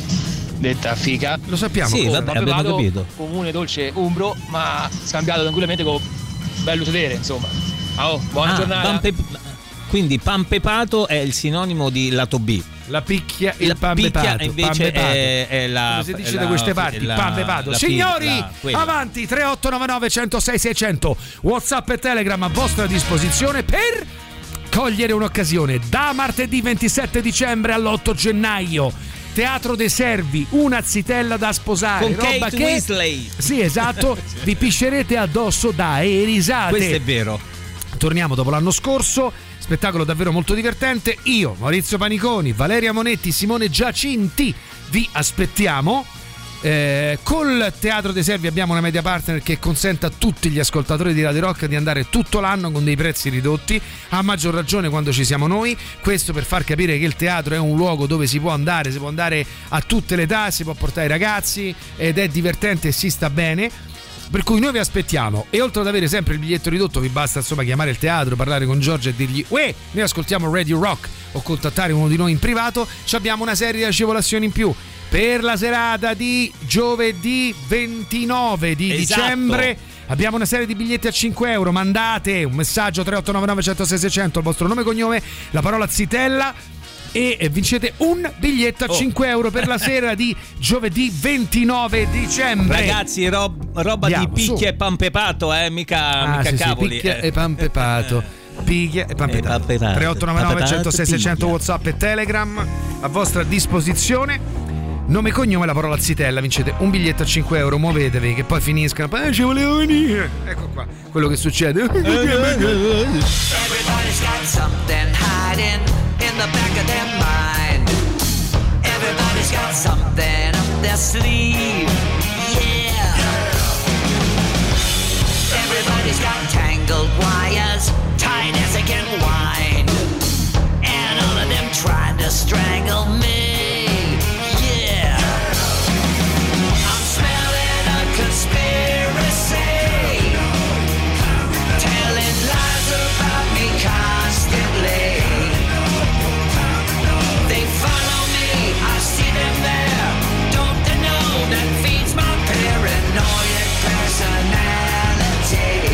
detta fica. Lo sappiamo. Sì, cos'è. vabbè, Pan abbiamo pepato, capito. comune, dolce, umbro, ma scambiato tranquillamente con bello sedere, insomma. Ah, oh, buona Ah, giornata. pan pe- quindi pan pepato è il sinonimo di lato B. La picchia e La il pan picchia pepato, invece pan pepato. è, è la Come si dice è da la- queste parti, la- pan pepato. la- Signori, la- quella. avanti, tre otto nove nove uno zero sei sei zero zero, WhatsApp e Telegram a vostra disposizione per cogliere un'occasione. Da martedì ventisette dicembre all'otto gennaio, Teatro dei Servi, una zitella da sposare, Con roba Kate che Winslet. Sì, esatto, vi piscerete addosso da e risate. Questo è vero. Torniamo dopo l'anno scorso, spettacolo davvero molto divertente. Io, Maurizio Paniconi, Valeria Monetti, Simone Giacinti vi aspettiamo. Eh, col Teatro dei Servi abbiamo una media partner che consente a tutti gli ascoltatori di Radio Rock di andare tutto l'anno con dei prezzi ridotti, a maggior ragione quando ci siamo noi. Questo per far capire che il teatro è un luogo dove si può andare, si può andare a tutte le età, si può portare i ragazzi ed è divertente e si sta bene. Per cui noi vi aspettiamo, e oltre ad avere sempre il biglietto ridotto vi basta insomma chiamare il teatro, parlare con Giorgio e dirgli uè, noi ascoltiamo Radio Rock, o contattare uno di noi in privato. Ci abbiamo una serie di agevolazioni in più per la serata di giovedì ventinove di Esatto. dicembre. Abbiamo una serie di biglietti a cinque euro. Mandate un messaggio tre otto nove nove uno zero sei sei zero zero, il vostro nome e cognome, la parola zitella, e vincete un biglietto a Oh. cinque euro per la sera di giovedì ventinove dicembre. Ragazzi, rob- roba Andiamo, di picchia su. e pan pepato, eh, mica, Ah, mica sì, sì, cavoli. picchia eh. e pan pepato. Picchia e pan E pepato. pan pepato. tre otto nove nove uno zero sei sei zero zero, Pan WhatsApp e Telegram a vostra disposizione. Nome e cognome, la parola zitella, vincete un biglietto a cinque euro. Muovetevi che poi finiscano. Eh, ci volevo venire. Ecco qua quello che succede. Everybody's got something hiding in the back of their mind. Everybody's got something up their sleeve. Yeah. Everybody's got tangled wires tight as they can wind. And all of them trying to strangle me. Yeah. I'm smelling a conspiracy, telling lies about me constantly. They follow me, I see them there. Don't they know that feeds my paranoid personality?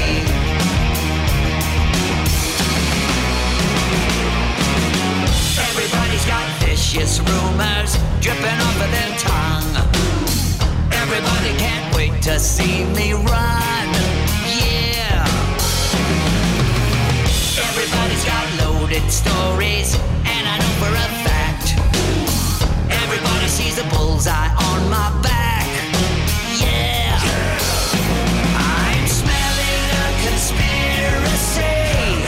Everybody's got vicious rumors dripping off of their tongue. Everybody can't wait to see me run. Yeah. Everybody's got loaded stories, and I know for a fact. Everybody sees a bullseye on my back. Yeah. I'm smelling a conspiracy,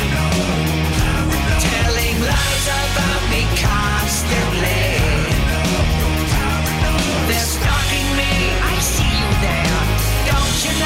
telling lies about me constantly. They're stalking me, I see you there. Don't you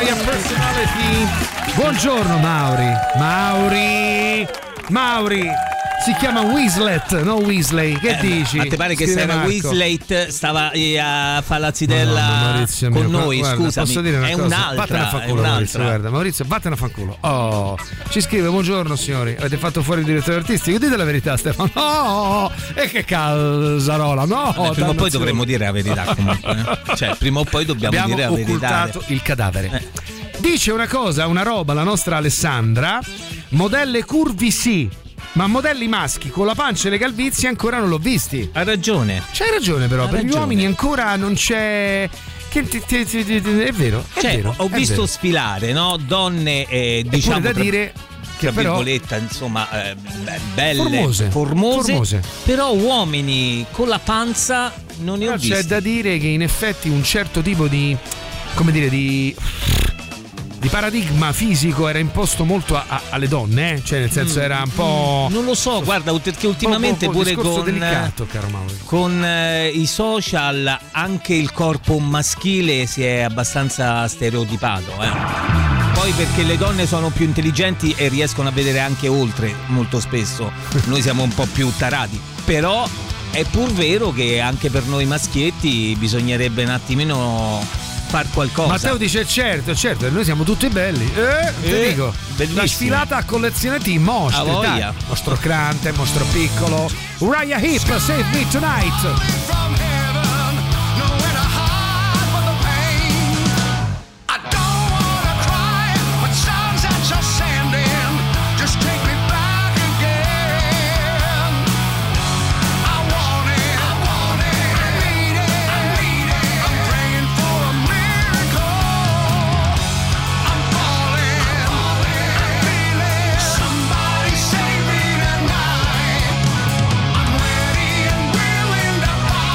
Mauri a Personality. Buongiorno Mauri. Mauri. Mauri. Si chiama Weaslet, no Weasley. Che eh, dici? Ma ti pare che Scrive se era Marco. Weasley stava eh, a fare la zitella Madonna, Maurizio con mio, noi, guarda, scusami. Posso dire una è cosa? un'altra, Vattene a è fanculo, un'altra. Maurizio, guarda. Maurizio, vattene a fanculo. Oh, ci scrive: buongiorno signori, avete fatto fuori il direttore artistico? Dite la verità, Stefano. No! E che casarola, no! Beh, prima o poi dovremmo dire la verità comunque. eh. Cioè, prima o poi dobbiamo Abbiamo dire la verità. occultato il cadavere. Eh. Dice una cosa, una roba, la nostra Alessandra. Modelle curvi sì, ma modelli maschi con la pancia e le calvizie ancora non l'ho visti. Ha ragione. C'hai ragione però, Ha per ragione. gli uomini ancora non c'è... Che ti- ti- ti- ti- è vero, è Cioè, vero. ho è visto vero. sfilare, no? Donne, eh, Eppure diciamo. da tra- dire che tra però... virgolette, insomma, eh, be- belle, Formose. formose, Formose. però uomini con la panza non ne ho Però visti. c'è da dire che in effetti un certo tipo di... come dire, di... di paradigma fisico era imposto molto a- a- alle donne, eh? Cioè nel senso Mm, era un po'... Non lo so, guarda, perché ultimamente po', po', po', pure discorso con, delicato, caro Mauro. con eh, i social anche il corpo maschile si è abbastanza stereotipato. Eh. Poi perché le donne sono più intelligenti e riescono a vedere anche oltre molto spesso. Noi siamo un po' più tarati. Però è pur vero che anche per noi maschietti bisognerebbe un attimino far qualcosa. Matteo dice certo, certo, noi siamo tutti belli. Eh, ti Eh, dico, bellissimo. la sfilata a collezione team mostri, A voglia. dai. Mostro grande, mostro piccolo. Uriah Heep, Save Me Tonight. Somebody save me tonight. I'm ready and willing to fight.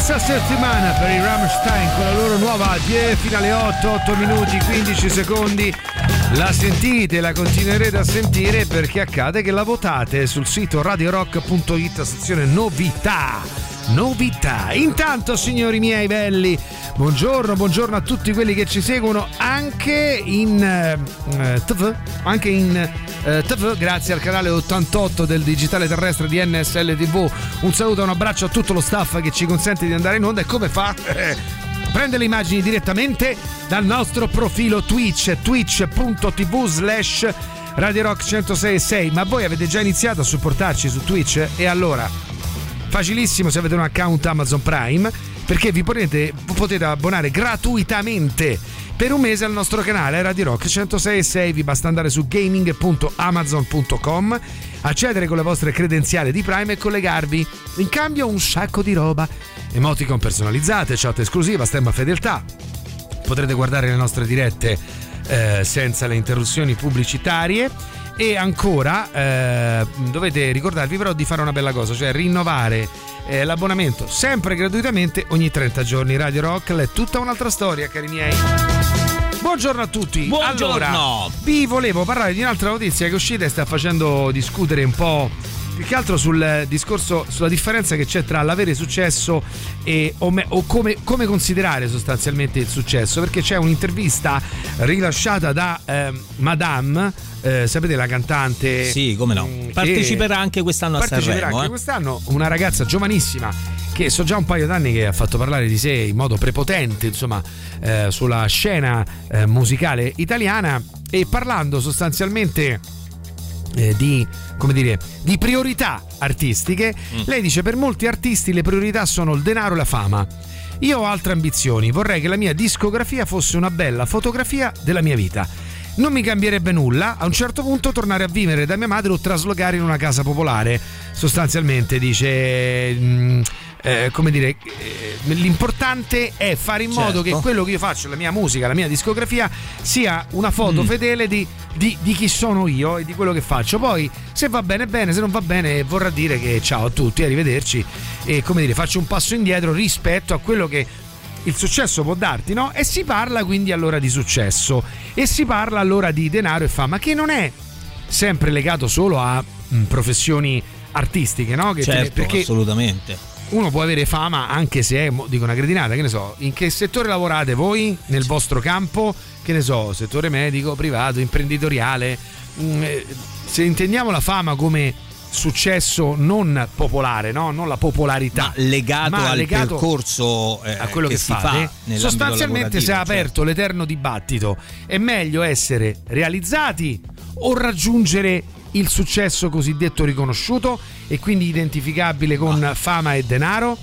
Questa settimana per i Rammstein con la loro nuova dieci fino alle otto, otto minuti quindici secondi. La sentite, la continuerete a sentire perché accade che la votate sul sito radio rock punto it, sezione novità. Novità. Intanto, signori miei belli, buongiorno, buongiorno a tutti quelli che ci seguono anche in eh, tivù, anche in eh, tivù, grazie al canale ottantotto del digitale terrestre di N S L tivù. Un saluto e un abbraccio a tutto lo staff che ci consente di andare in onda. E come fa? Prende le immagini direttamente dal nostro profilo Twitch, twitch punto tv slash Radio Rock centosei e sei. Ma voi avete già iniziato a supportarci su Twitch? E allora, facilissimo, se avete un account Amazon Prime, perché vi potete, potete abbonare gratuitamente per un mese al nostro canale Radio Rock centosei e sei. Vi basta andare su gaming punto amazon punto com, accedere con le vostre credenziali di Prime e collegarvi. In cambio un sacco di roba, emoticon personalizzate, chat esclusiva, stemma fedeltà. Potrete guardare le nostre dirette eh, senza le interruzioni pubblicitarie. E ancora eh, dovete ricordarvi però di fare una bella cosa, cioè rinnovare eh, l'abbonamento sempre gratuitamente ogni trenta giorni. Radio Rock è tutta un'altra storia, cari miei. Buongiorno a tutti. Buongiorno. Allora, vi volevo parlare di un'altra notizia che è uscita e sta facendo discutere un po', più che altro sul discorso, sulla differenza che c'è tra l'avere successo e o, me, o come, come considerare sostanzialmente il successo, perché c'è un'intervista rilasciata da eh, Madame, eh, sapete, la cantante. Sì, come no. Parteciperà anche quest'anno a Sanremo. Parteciperà anche eh. quest'anno, una ragazza giovanissima che so già un paio d'anni che ha fatto parlare di sé in modo prepotente, insomma, eh, sulla scena eh, musicale italiana, e parlando sostanzialmente eh, di, come dire, di priorità artistiche. Mm. Lei dice: per molti artisti le priorità sono il denaro e la fama. Io ho altre ambizioni, vorrei che la mia discografia fosse una bella fotografia della mia vita. Non mi cambierebbe nulla a un certo punto tornare a vivere da mia madre o traslocare in una casa popolare. Sostanzialmente dice, mh, eh, come dire, eh, l'importante è fare in modo certo. che quello che io faccio, la mia musica, la mia discografia, sia una foto mm. fedele di, di, di chi sono io e di quello che faccio. Poi se va bene bene, se non va bene vorrà dire che ciao a tutti, arrivederci, e come dire, faccio un passo indietro rispetto a quello che il successo può darti, no? E si parla quindi allora di successo, e si parla allora di denaro e fama, che non è sempre legato solo a mh, professioni artistiche, no? Che certo, te, perché assolutamente. Uno può avere fama anche se è, dico una cretinata, che ne so, in che settore lavorate voi nel vostro campo, che ne so, settore medico, privato, imprenditoriale. Mh, se intendiamo la fama come successo non popolare, no? Non la popolarità, ma legato ma al legato percorso eh, a quello che, che si fate. fa. Sostanzialmente si è aperto certo. l'eterno dibattito: è meglio essere realizzati o raggiungere il successo cosiddetto riconosciuto e quindi identificabile con ah. fama e denaro?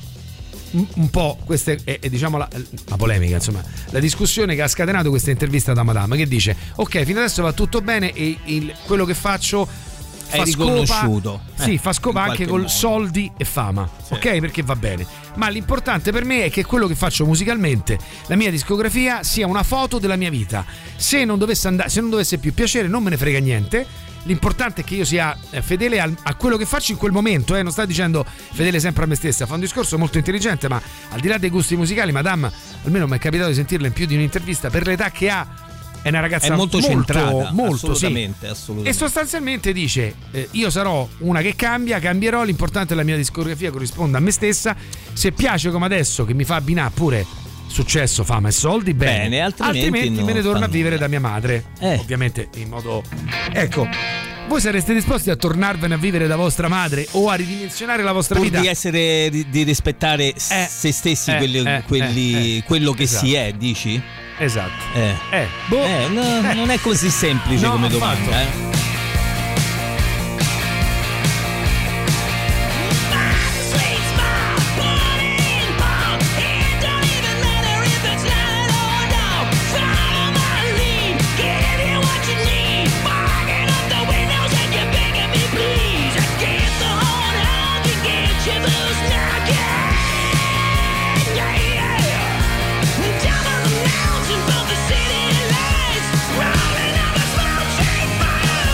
Un po' questa è, è diciamo la, la polemica, insomma, la discussione che ha scatenato questa intervista da Madame, che dice: ok, fino adesso va tutto bene e il, quello che faccio è fa riconosciuto, scopa, sì, eh, fa scopa anche con modo. soldi e fama, sì. ok, perché va bene, ma l'importante per me è che quello che faccio musicalmente, la mia discografia, sia una foto della mia vita. Se non dovesse andare, se non dovesse più piacere, non me ne frega niente. L'importante è che io sia fedele a, a quello che faccio in quel momento, eh? Non sta dicendo fedele sempre a me stessa. Fa un discorso molto intelligente, ma al di là dei gusti musicali, Madame, almeno mi è capitato di sentirla in più di un'intervista, per l'età che ha è una ragazza è molto, molto centrata, molto, assolutamente, sì. assolutamente. E sostanzialmente dice: eh, io sarò una che cambia, cambierò, l'importante è che la mia discografia corrisponda a me stessa. Se piace come adesso, che mi fa abbinare pure successo, fama e soldi, bene, bene altrimenti, altrimenti me ne torno a vivere da mia madre, eh. ovviamente in modo, ecco, voi sareste disposti a tornarvene a vivere da vostra madre o a ridimensionare la vostra pur vita? Di essere, di rispettare eh, se stessi, eh, quelli, eh, quelli, eh, quello che esatto. si è, dici? Esatto. Eh, eh, boh. eh, no, eh. non è così semplice no, come affatto. domanda, eh. Mountains of the city lights, rolling up a smoke train fire.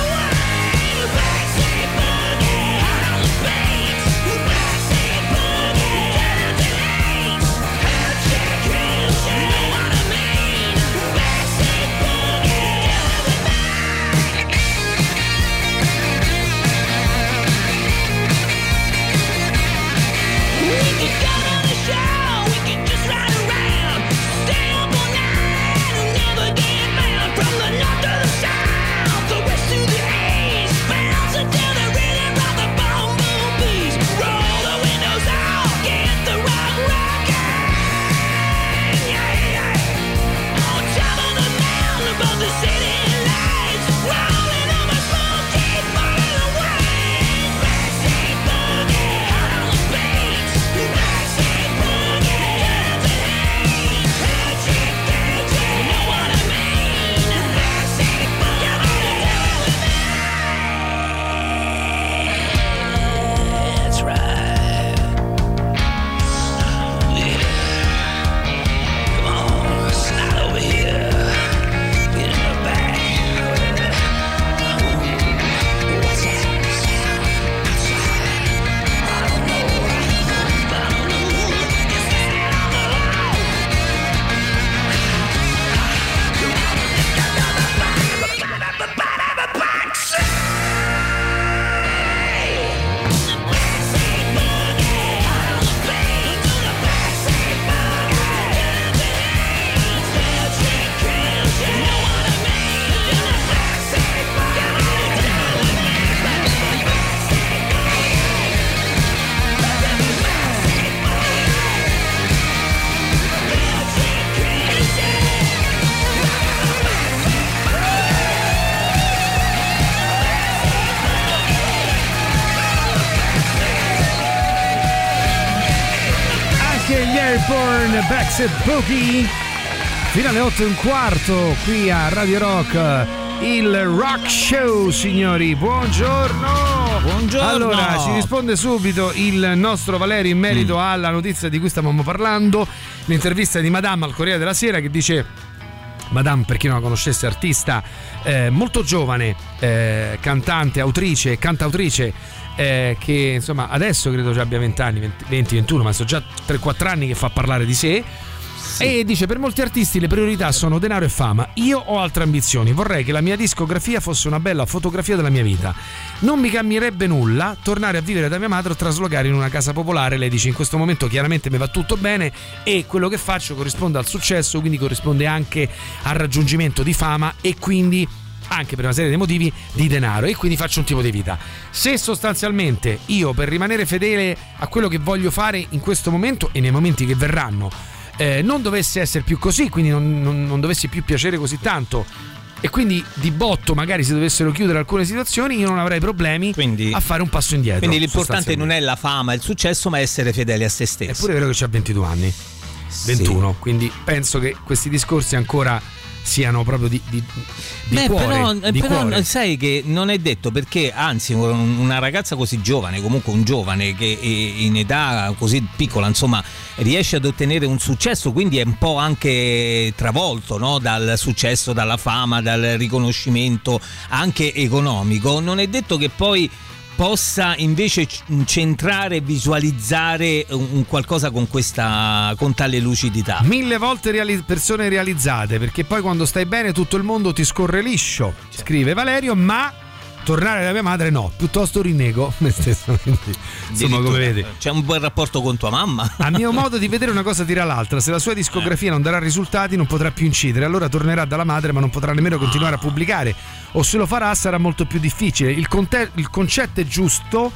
Airborne Backstreet Boogie fino alle otto e un quarto qui a Radio Rock, il Rock Show, signori. Buongiorno. Buongiorno. Allora ci risponde subito il nostro Valerio in merito mm. alla notizia di cui stavamo parlando, l'intervista di Madame al Corriere della Sera, che dice: Madame, per chi non la conoscesse, artista eh, molto giovane, eh, cantante, autrice, cantautrice, eh, che insomma adesso credo già abbia venti anni, venti ventuno, ma sono già tre quattro anni che fa parlare di sé. Sì. E dice: per molti artisti le priorità sono denaro e fama. Io ho altre ambizioni, vorrei che la mia discografia fosse una bella fotografia della mia vita. Non mi cambierebbe nulla tornare a vivere da mia madre o traslocare in una casa popolare. Lei dice: in questo momento chiaramente mi va tutto bene e quello che faccio corrisponde al successo, quindi corrisponde anche al raggiungimento di fama e quindi anche per una serie di motivi di denaro, e quindi faccio un tipo di vita. Se sostanzialmente io, per rimanere fedele a quello che voglio fare in questo momento e nei momenti che verranno, eh, non dovesse essere più così, quindi non, non, non dovessi più piacere così tanto, e quindi di botto magari si dovessero chiudere alcune situazioni, io non avrei problemi quindi, a fare un passo indietro. Quindi l'importante non è la fama e il successo, ma essere fedeli a se stessi. È pure vero che c'ha ventidue anni, ventuno, sì. Quindi penso che questi discorsi ancora siano proprio di, di, di Beh, cuore, però, di però cuore. Sai che non è detto, perché anzi una ragazza così giovane, comunque un giovane che in età così piccola insomma riesce ad ottenere un successo, quindi è un po' anche travolto, no? Dal successo, dalla fama, dal riconoscimento anche economico, non è detto che poi possa invece centrare e visualizzare un, un qualcosa con questa con tale lucidità. Mille volte reali- persone realizzate, perché poi quando stai bene tutto il mondo ti scorre liscio, scrive Valerio, ma tornare da mia madre no, piuttosto rinnego me stesso. Quindi, insomma, come vedi, c'è un buon rapporto con tua mamma. A mio modo di vedere una cosa tira l'altra, se la sua discografia non darà risultati non potrà più incidere, allora tornerà dalla madre ma non potrà nemmeno continuare a pubblicare, o se lo farà sarà molto più difficile. Il, conte- il concetto è giusto,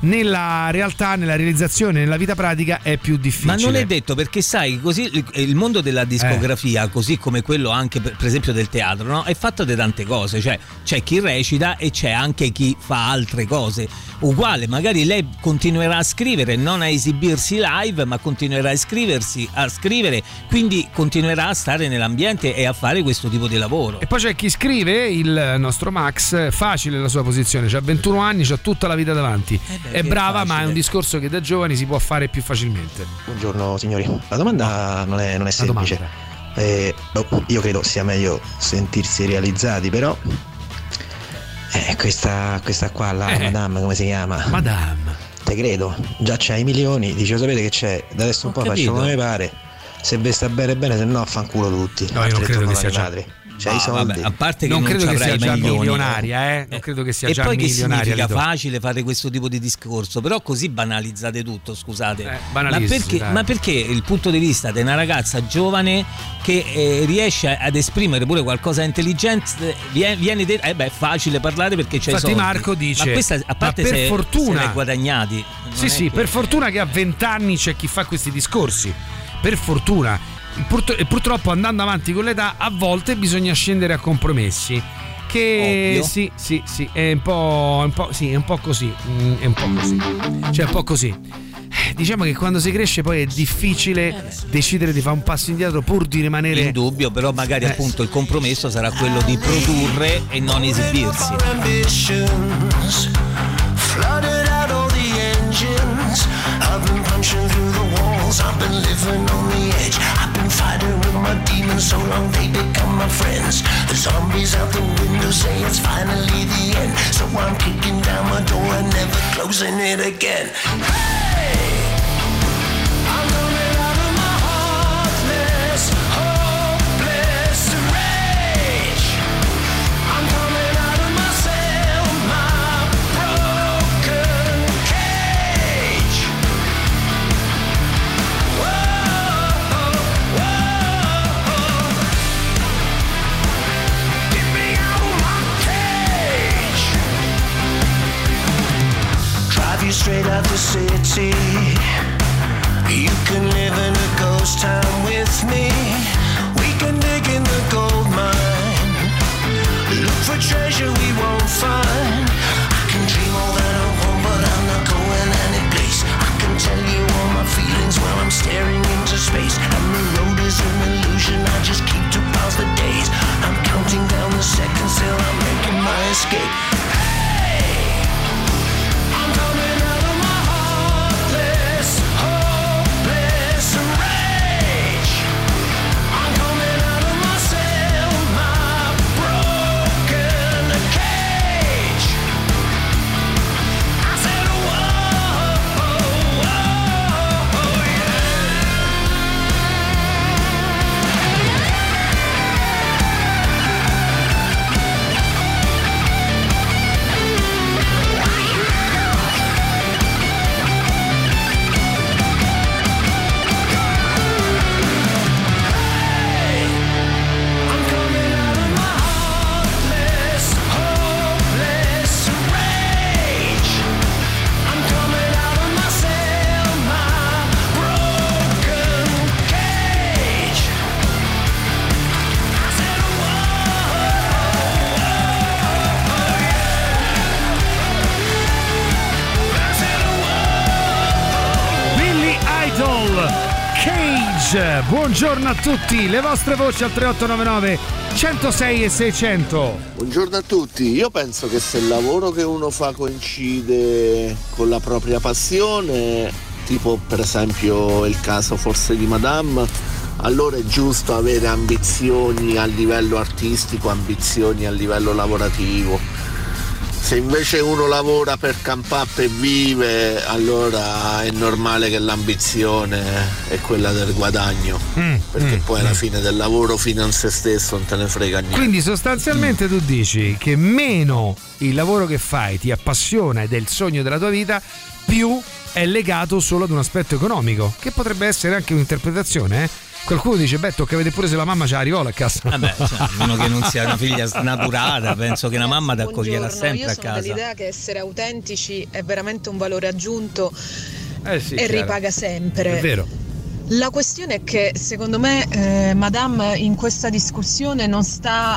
nella realtà, nella realizzazione, nella vita pratica è più difficile. Ma non è detto, perché sai, così il mondo della discografia, eh. così come quello anche per, per esempio del teatro, no? È fatto di tante cose, cioè c'è chi recita e c'è anche chi fa altre cose. Uguale, magari lei continuerà a scrivere, non a esibirsi live, ma continuerà a iscriversi, a scrivere, quindi continuerà a stare nell'ambiente e a fare questo tipo di lavoro. E poi c'è chi scrive, il nostro Max, facile la sua posizione, c'ha ventuno anni, c'ha tutta la vita davanti. Eh beh, è brava, è ma è un discorso che da giovani si può fare più facilmente. Buongiorno signori, la domanda non è, non è semplice. Eh, io credo sia meglio sentirsi realizzati, però eh, questa, questa qua, la eh. Madame, come si chiama? Madame. Te credo, già c'hai i milioni, dice: sapete che c'è, da adesso un Ho po' capito. Faccio come mi pare, se vi sta bene bene, se no fanculo tutti. No, io non credo che sia già. C'hai no, i soldi. Vabbè, a parte che non, non credo che sia già milioni, milionaria, eh? Non credo che sia e già poi milionaria. Che significa facile fare questo tipo di discorso, però così banalizzate tutto, scusate. Eh, ma, perché, ma perché il punto di vista di una ragazza giovane che eh, riesce ad esprimere pure qualcosa di intelligente viene, viene detto eh beh, è facile parlare perché c'è Infatti i soldi. Marco dice: ma questa, a parte ma per se, fortuna se l'hai guadagnati. Sì, sì, che... per fortuna che a vent'anni c'è chi fa questi discorsi. Per fortuna. E purtroppo andando avanti con l'età a volte bisogna scendere a compromessi, che Ovvio. sì sì sì è un po', un po' sì è un po' così mm, è un po' così cioè un po' così diciamo che quando si cresce poi è difficile decidere di fare un passo indietro pur di rimanere in dubbio, però magari eh. appunto il compromesso sarà quello di produrre e non esibirsi. I've been punching through the walls, I've been living on the edge, I've been fighting with my demons so long they become my friends. The zombies out the window say it's finally the end, so I'm kicking down my door and never closing it again. Hey! I'm coming out of my heartless, hopeless rage. I'm coming out of myself, my broken cage. Straight out the city, you can live in a ghost town with me. We can dig in the gold mine, look for treasure we won't find. I can dream all that I want, but I'm not going any place. I can tell you all my feelings while I'm staring into space. Beach, buongiorno a tutti, le vostre voci al tre otto nove nove centosei e seicento. Buongiorno a tutti, io penso che se il lavoro che uno fa coincide con la propria passione, tipo per esempio il caso forse di Madame, allora è giusto avere ambizioni a livello artistico, ambizioni a livello lavorativo. Se invece uno lavora per campare e vive, allora è normale che l'ambizione è quella del guadagno, mm, perché mm, poi alla mm. fine del lavoro fino a se stesso non te ne frega niente. Quindi sostanzialmente mm. tu dici che meno il lavoro che fai ti appassiona ed è il sogno della tua vita, più è legato solo ad un aspetto economico, che potrebbe essere anche un'interpretazione, eh? Qualcuno dice, beh, tocca vedere pure se la mamma c'ha la rivola a casa. Vabbè, cioè, a meno che non sia una figlia snaturata, penso che una mamma ti accoglierà sempre a casa. Io sono dell'idea che essere autentici è veramente un valore aggiunto eh sì, e chiaro. ripaga sempre. È vero. La questione è che secondo me eh, Madame in questa discussione non sta,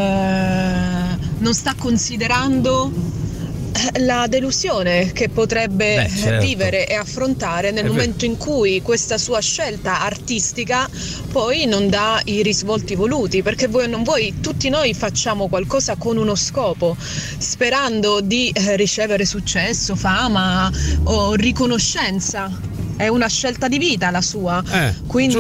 eh, non sta considerando la delusione che potrebbe Beh, certo. vivere e affrontare nel È momento vero. in cui questa sua scelta artistica poi non dà i risvolti voluti, perché voi non voi, tutti noi facciamo qualcosa con uno scopo, sperando di eh, ricevere successo, fama o riconoscenza. È una scelta di vita la sua, eh,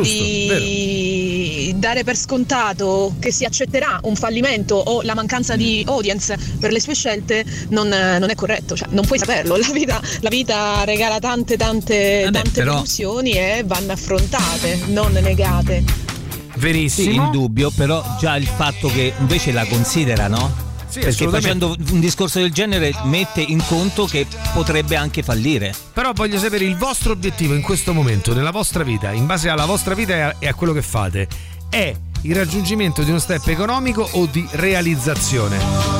quindi giusto, dare per scontato che si accetterà un fallimento o la mancanza di audience per le sue scelte non, non è corretto, cioè, non puoi saperlo. La vita, la vita regala tante tante, Vabbè, tante però... delusioni e vanno affrontate, non negate. Verissimo. Sì, indubbio, però già il fatto che invece la considera, no? Sì, perché facendo un discorso del genere mette in conto che potrebbe anche fallire. Però voglio sapere il vostro obiettivo in questo momento, nella vostra vita, in base alla vostra vita e a, e a quello che fate, è il raggiungimento di uno step economico o di realizzazione?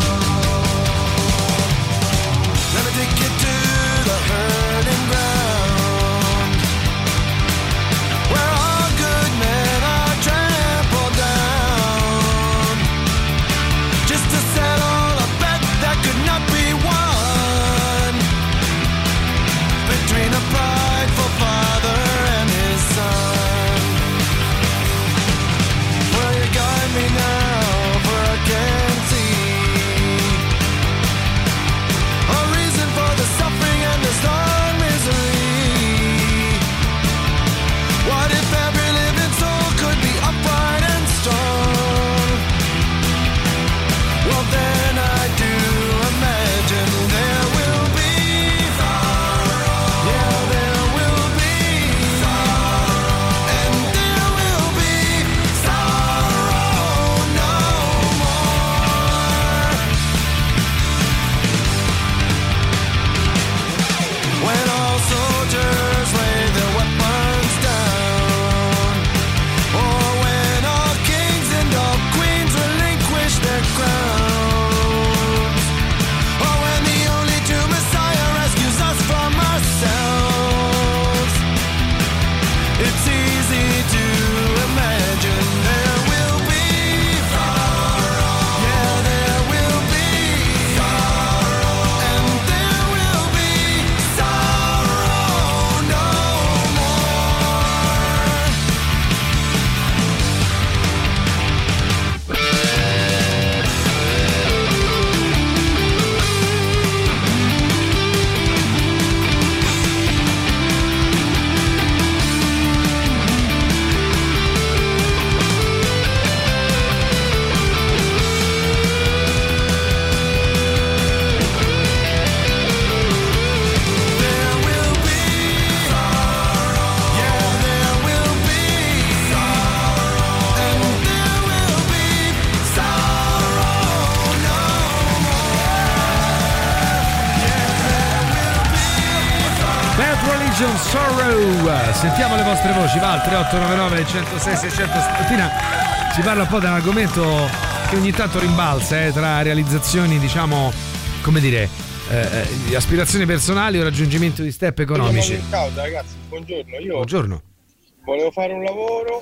Sorrow, sentiamo le vostre voci, va al tre otto nove nove centosei seicento. Stamattina si parla un po' di un argomento che ogni tanto rimbalza eh, tra realizzazioni, diciamo, come dire, eh, aspirazioni personali o raggiungimento di step economici. Ciao ragazzi, buongiorno. Io buongiorno. Volevo fare un lavoro,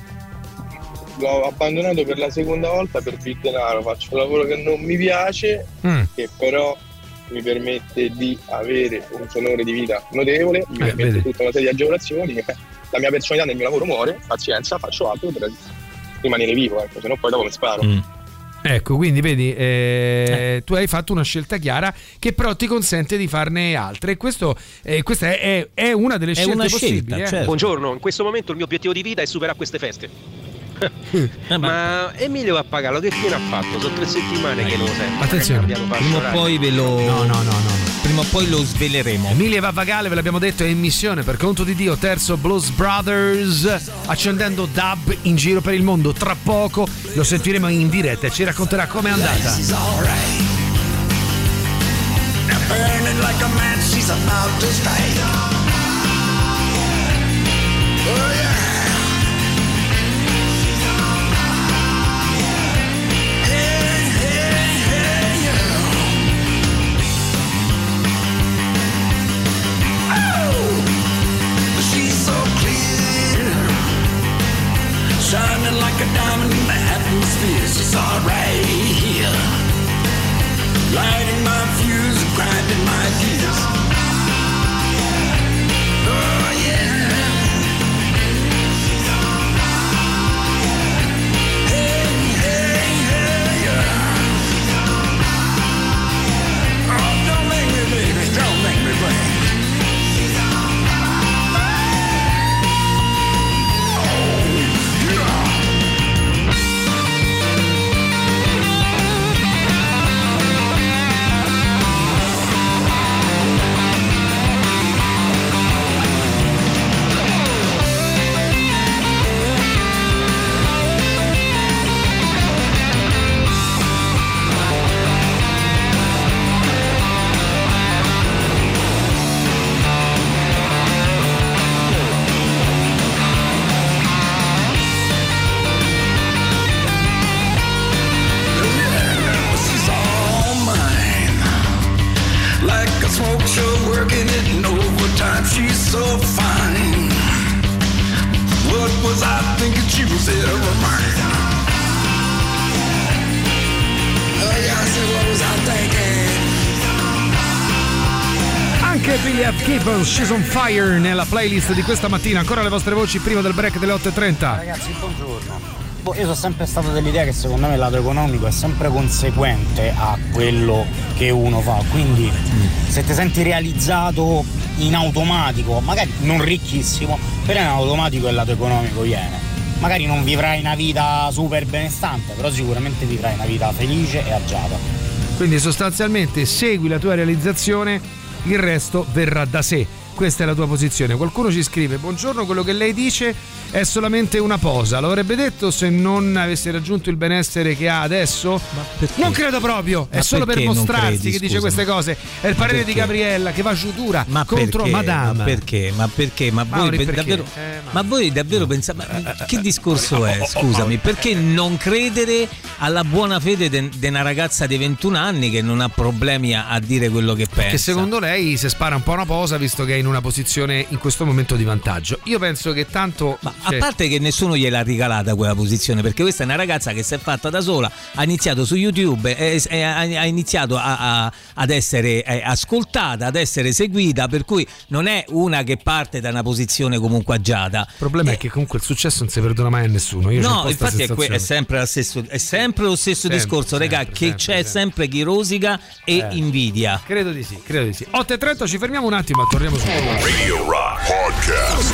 l'ho abbandonato per la seconda volta per il denaro, faccio un lavoro che non mi piace, mm. che però mi permette di avere un tenore di vita notevole, mi Eh, permette vedi. tutta una serie di agevolazioni. La mia personalità nel mio lavoro muore, pazienza, faccio altro per rimanere vivo, ecco, se no poi dopo mi sparo. Mm. Ecco, quindi vedi, eh, tu hai fatto una scelta chiara che però ti consente di farne altre, e questo, eh, questa è, è, è una delle È scelte una possibili. scelta, eh. Buongiorno, in questo momento il mio obiettivo di vita è superare queste feste. Ma Emilio Pappagallo che fine ha fatto? Sono tre settimane che non lo sento. Attenzione, prima o poi ve lo No, no, no, no. prima o poi lo sveleremo. Emilia Pappagallo, ve l'abbiamo detto, è in missione per conto di Dio, terzo Blues Brothers, accendendo dub in giro per il mondo. Tra poco lo sentiremo in diretta e ci racconterà com'è andata. She's alright. Now burning like a match, she's about to strike. Oh yeah. Hey, hey, hey, yeah. Oh, she's so clear, shining like a diamond in the atmosphere. She's alright here, lighting my fuse, grinding my gears. Oh yeah. Hey, hey, hey, yeah. Oh, don't make me, baby, don't make me break. She's all mine, like a smoke show, working it in overtime. She's so fine. What was I thinking? She was ever mine. Oh yeah, I said, what was I thinking? Anche Billy F. Gibbons, She's on Fire, nella playlist di questa mattina. Ancora le vostre voci prima del break delle otto e trenta. Ragazzi, buongiorno. Boh, io sono sempre stato dell'idea che secondo me il lato economico è sempre conseguente a quello che uno fa, quindi se ti senti realizzato in automatico, magari non ricchissimo, però in automatico il lato economico viene. Magari non vivrai una vita super benestante, però sicuramente vivrai una vita felice e agiata. Quindi sostanzialmente segui la tua realizzazione, il resto verrà da sé. Questa è la tua posizione. Qualcuno ci scrive: buongiorno, quello che lei dice è solamente una posa. Lo avrebbe detto se non avesse raggiunto il benessere che ha adesso? Non credo proprio. Ma è solo per perché non mostrarsi credi, che dice scusami? queste cose. È il parere di Gabriella che va giù dura Ma contro perché? Madame. Ma perché? Ma perché? Ma voi, Mauri, pe- perché? davvero, Eh, ma voi davvero pensate? Ma che discorso è? Scusami, perché non credere alla buona fede di una ragazza di ventuno anni che non ha problemi a, a dire quello che pensa? Che secondo lei si spara un po' una posa, visto che è in una posizione in questo momento di vantaggio. Io penso che tanto. Ma a parte che nessuno gliel'ha regalata quella posizione, perché questa è una ragazza che si è fatta da sola, ha iniziato su YouTube e, e ha, ha iniziato a, a, ad essere eh, ascoltata, ad essere seguita, per cui non è una che parte da una posizione comunque agiata. Il problema Eh, è che comunque il successo non si perdona mai a nessuno. Io c'ho un No, po' sta infatti è, que- è sensazione. sempre, lo stesso, è sempre lo stesso Sempre, discorso, regà, sempre, che sempre, c'è sempre. sempre chi rosica e Eh. invidia. Credo di sì, credo di sì. otto e trenta, ci fermiamo un attimo e torniamo su. Radio Rock Podcast.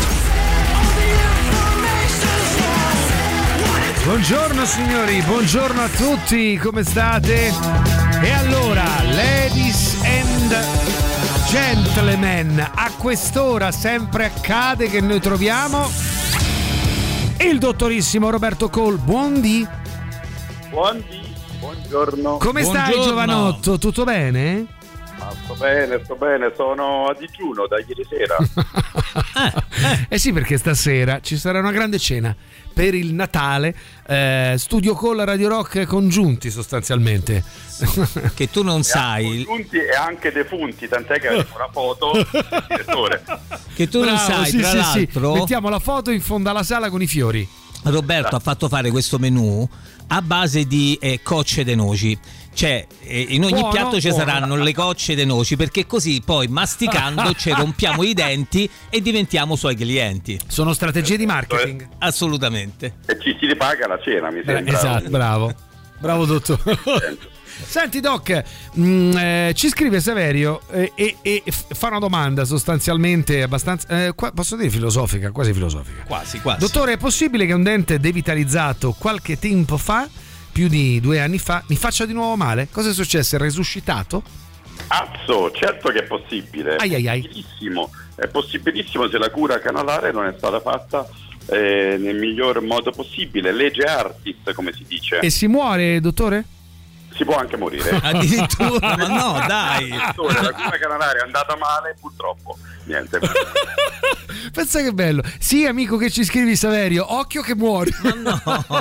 Buongiorno signori, buongiorno a tutti, come state? E allora, ladies and gentlemen, a quest'ora sempre accade che noi troviamo il dottorissimo Roberto Cole. Buondì. Buondì, buongiorno. Come stai, Buongiorno. giovanotto? Tutto bene? Ah, sto bene, sto bene, sono a digiuno da ieri sera. Eh sì, perché stasera ci sarà una grande cena per il Natale, eh, Studio Call Radio Rock congiunti sostanzialmente. Che tu non E sai. Congiunti e anche defunti, tant'è che arriva una foto del direttore. Che tu non Bravo, sai, sì, tra sì, l'altro. sì. Mettiamo la foto in fondo alla sala con i fiori. Roberto ha fatto fare questo menù a base di eh, cocce de noci. Cioè, eh, in ogni buono, piatto ci buono. saranno le cocce dei noci, perché così poi masticando ci rompiamo i denti e diventiamo suoi clienti. Sono strategie di marketing. Assolutamente. E ci si ripaga la cena, mi sembra. Esatto, bravo. Bravo dottore. Senti Doc, mh, eh, ci scrive Saverio eh, e, e fa una domanda sostanzialmente abbastanza, eh, qua, posso dire filosofica, quasi filosofica. Quasi, quasi. Dottore, è possibile che un dente devitalizzato qualche tempo fa, più di due anni fa, mi faccia di nuovo male? Cosa è successo? È resuscitato? Azzo, certo che è possibile. Ai ai ai. È possibilissimo. È possibilissimo se la cura canalare non è stata fatta eh, nel miglior modo possibile. Legge artis, come si dice. E si muore, dottore? Si può anche morire. Addirittura, ma no, dai. La cura canalare è andata male, purtroppo. Niente. Pensa che bello. Sì, amico che ci scrivi Saverio, occhio che muori. No.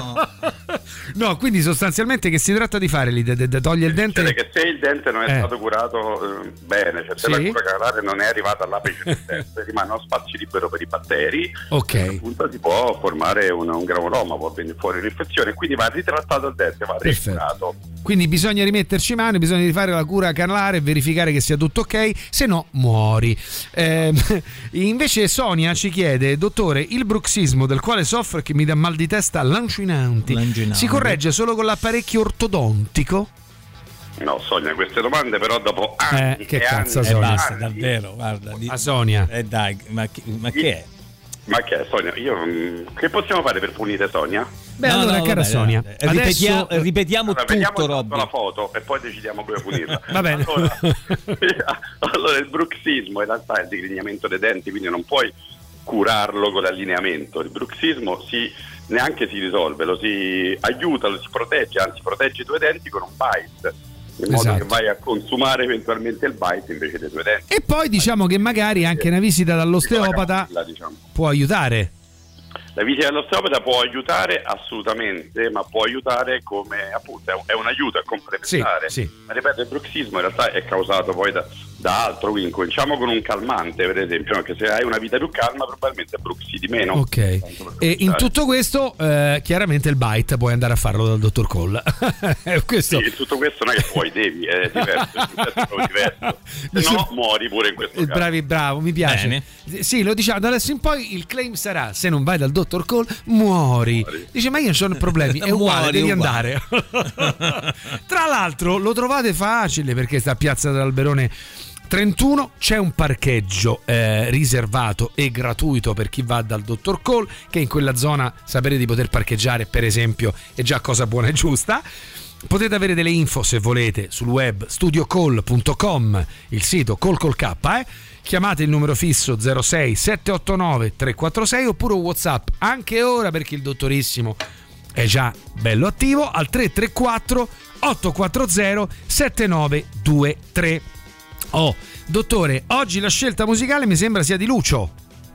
No, quindi sostanzialmente che si tratta di fare lì? De, de, de toglie il dente? Cioè che se il dente non è Eh. stato curato eh, bene, cioè se Sì. la cura canalare non è arrivata all'apice del dente, rimane uno spazio libero per i batteri. Ok. Appunto si può formare un, un granuloma, può venire fuori un'infezione, quindi va ritrattato il dente, va Perfetto. ricurato. Quindi bisogna rimetterci mano, bisogna rifare la cura canalare e verificare che sia tutto ok, se no muori. Eh, invece Sonia ci chiede, dottore, il bruxismo del quale soffro e che mi dà mal di testa lancinanti, Lancinanti. si corregge solo con l'apparecchio ortodontico? No, Sonia, queste domande però dopo anni Eh, che e cazzo, anni E e Sonia? basta, anni- davvero, guarda. Di... A Sonia. Eh dai, ma che, ma che è? Ma che è Sonia? Io, mm, che possiamo fare per punire Sonia? Beh, No, allora, no, cara vabbè, Sonia, eh, ripetia- adesso... ripetiamo Allora, vediamo tutto, intanto Robby. la foto e poi decidiamo come punirla. Va bene. Allora, allora, il bruxismo in realtà è il digrignamento dei denti, quindi non puoi curarlo con l'allineamento. Il bruxismo si, neanche si risolve, lo si aiuta, lo si protegge, anzi protegge i tuoi denti con un bite, in modo Esatto. che vai a consumare eventualmente il bite invece dei tuoi denti. E poi diciamo che magari anche una visita dall'osteopata La, diciamo. può aiutare. La visita dall'osteopata può aiutare assolutamente, ma può aiutare come appunto è un, è un aiuto, è complementare. Sì, sì. Ma ripeto, il bruxismo in realtà è causato poi da, da altro, quindi cominciamo con un calmante, per esempio, perché se hai una vita più calma probabilmente bruxi di meno. Ok. E in tutto questo eh, chiaramente il bite puoi andare a farlo dal dottor Cole. Questo... Sì, tutto questo non è che puoi, devi, è diverso, è proprio diverso. Se no muori pure in questo Eh, caso. Bravi, bravo, mi piace. Bene. Sì, lo diciamo, da adesso in poi il claim sarà: se non vai dal dottor Cole, muori. Dice, ma io non ho problemi, è uguale, Muori, devi uguale. andare. Tra l'altro, lo trovate facile perché sta a Piazza dell'Alberone trentuno, c'è un parcheggio eh, riservato e gratuito per chi va dal dottor Cole, che in quella zona sapere di poter parcheggiare, per esempio, è già cosa buona e giusta. Potete avere delle info se volete sul web studio call punto com, il sito Call col K, eh? Chiamate il numero fisso zero sei sette otto nove tre quattro sei oppure WhatsApp anche ora perché il dottorissimo è già bello attivo al tre tre quattro otto quattro zero sette nove due tre. Oh, dottore, oggi la scelta musicale mi sembra sia di Lucio,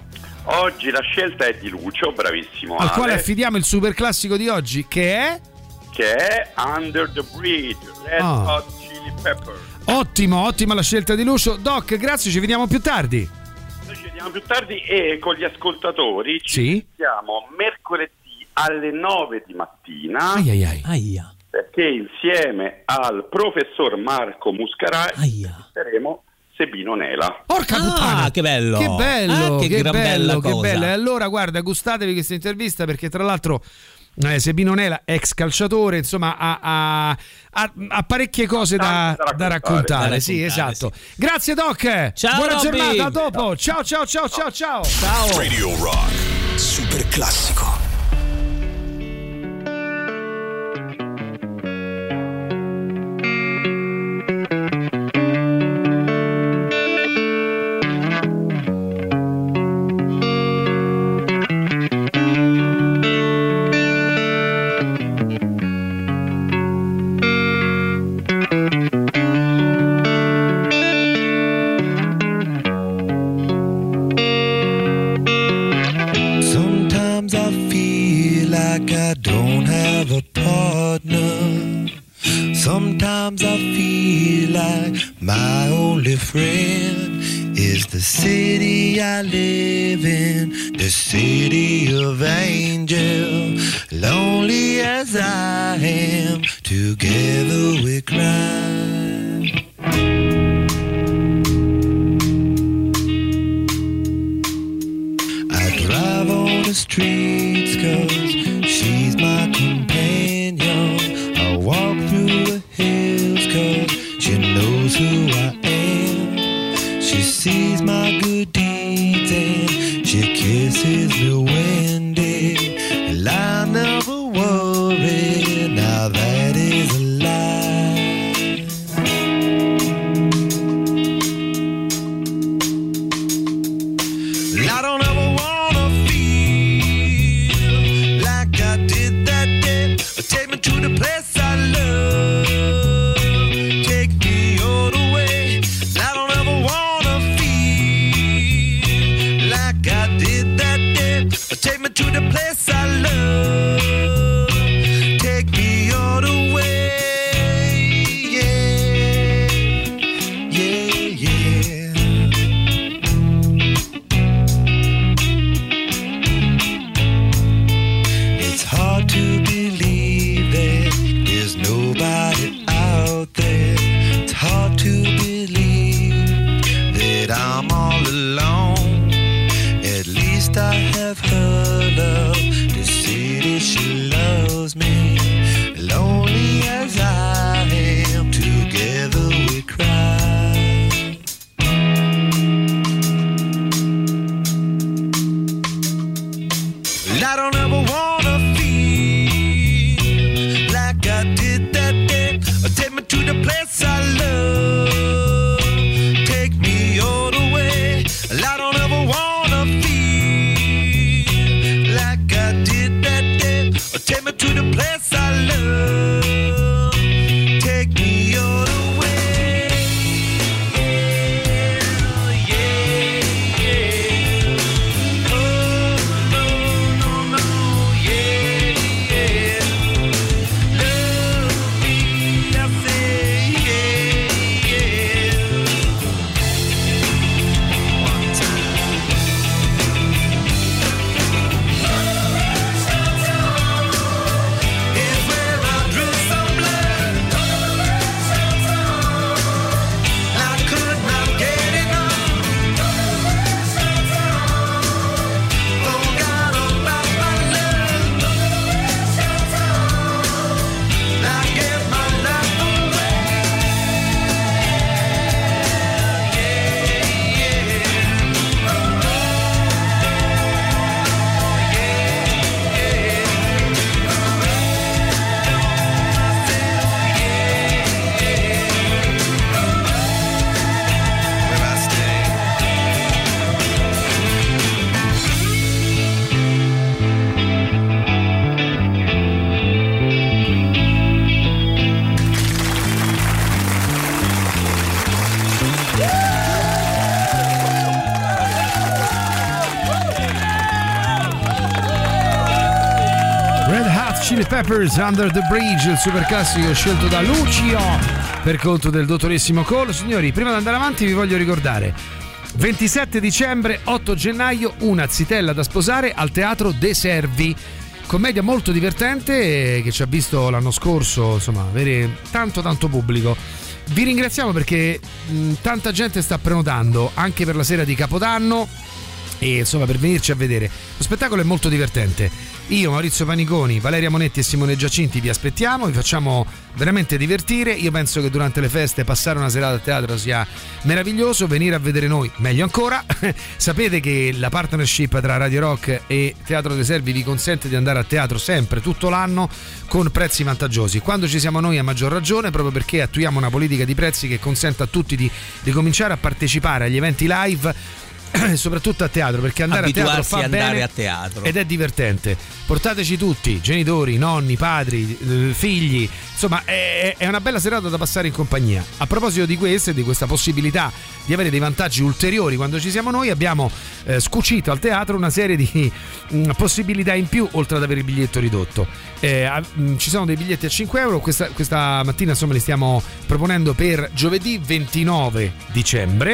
Oggi la scelta è di Lucio, bravissimo al Ale, quale affidiamo il super classico di oggi, che è che è Under the Bridge, Red Ah. Hot Chili Pepper. ottimo, ottima la scelta di Lucio. Doc, grazie, ci vediamo più tardi. Noi ci vediamo più tardi e con gli ascoltatori ci Sì. vediamo mercoledì alle nove di mattina. Ai ai ai. Aia. Perché insieme al professor Marco Muscarai saremo Sebino Nela. Porca Ah, puttana, che bello. che bello, Ah, che che gran bello, bella che cosa. bello. E allora guarda, gustatevi questa intervista perché tra l'altro eh, Sebino Nela, ex calciatore, insomma ha, ha, ha, ha parecchie cose da, Tante da da raccontare. raccontare. Sì, Da raccontare, esatto. Grazie Doc. Ciao, buona Robby. giornata, a dopo. Ciao ciao ciao ciao ciao. Ciao. Radio Rock. Super classico. Sometimes I feel like I don't have a partner. Sometimes I feel like my only friend is the city I live in, the city of angel. Lonely as I am, together we cry. I drive on the streets 'cause she's my companion. I walk through the hills 'cause she knows who I am. She sees my good deeds and she kisses me when day. And I never worry, now that is a lie. I don't ever wanna feel like I did that day. Take me to the place I love. Take me all the way. I don't ever wanna feel like I did that day. Take me to the place I love. Take me all the way. Yeah, yeah, yeah. It's hard to believe that there's nobody out there. It's hard to believe that I'm all alone. At least I have her love to see that she loves me. Lonely as I am, together we cry. I don't ever wanna feel like I did that day. Take me to the place I love. Take me all the way. I don't ever wanna feel like I did that day. Take me to the place I love. Take me all the way. Yeah, yeah. Oh, no, no, no, yeah, yeah. Love me, I say, yeah, yeah. One time. It's where I drew some blood. I could not get enough. Forgot about my love. I gave my life away. Where I stay. Red Hot Chili Peppers, Under the Bridge, il super classico scelto da Lucio per conto del dottorissimo Cole. Signori, prima di andare avanti vi voglio ricordare: ventisette dicembre, otto gennaio, una zitella da sposare al Teatro De Servi. Commedia molto divertente che ci ha visto l'anno scorso, insomma, avere tanto tanto pubblico. Vi ringraziamo perché mh, tanta gente sta prenotando anche per la sera di Capodanno e insomma per venirci a vedere. Lo spettacolo è molto divertente. Io, Maurizio Paniconi, Valeria Monetti e Simone Giacinti vi aspettiamo, vi facciamo veramente divertire. Io penso che durante le feste passare una serata a teatro sia meraviglioso, venire a vedere noi meglio ancora. Sapete che la partnership tra Radio Rock e Teatro De Servi vi consente di andare a teatro sempre, tutto l'anno, con prezzi vantaggiosi. Quando ci siamo noi a maggior ragione, proprio perché attuiamo una politica di prezzi che consente a tutti di, di cominciare a partecipare agli eventi live, soprattutto a teatro, perché andare Abituarsi a teatro fa andare bene a teatro. ed è divertente. Portateci tutti, genitori, nonni, padri, eh, figli, insomma è, è una bella serata da passare in compagnia. A proposito di questo e di questa possibilità di avere dei vantaggi ulteriori quando ci siamo noi, abbiamo eh, scucito al teatro una serie di mh, possibilità in più oltre ad avere il biglietto ridotto. Eh, mh, ci sono dei biglietti a cinque euro, questa, questa mattina insomma li stiamo proponendo per giovedì ventinove dicembre.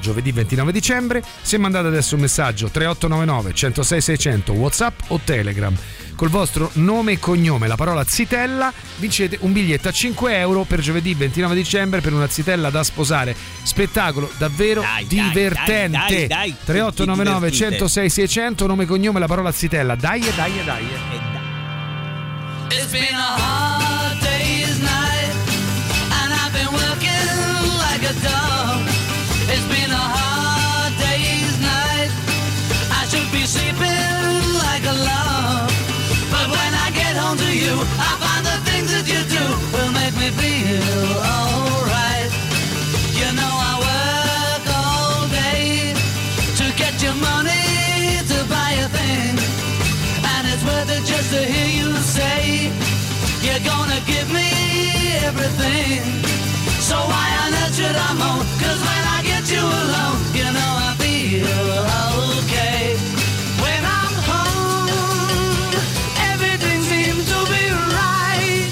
giovedì ventinove dicembre. Se mandate adesso un messaggio tre otto nove nove uno zero sei sei zero zero, WhatsApp o Telegram, col vostro nome e cognome, la parola zitella, vincete un biglietto a cinque euro per giovedì ventinove dicembre per una zitella da sposare. Spettacolo davvero dai, divertente. Dai, dai, dai, dai, tre otto nove nove uno zero sei sei zero zero, nome e cognome, la parola zitella. Dai, dai, dai. It's been a hard day's night, and I've been working like a dog. It's been a hard day's night, I should be sleeping like a log. But when I get home to you, I find the things that you do will make me feel alright. You know I work all day to get your money to buy a thing, and it's worth it just to hear you say you're gonna give me everything. So why on earth should I moan? 'Cause when I get you alone, you know I feel okay. When I'm home, everything seems to be right.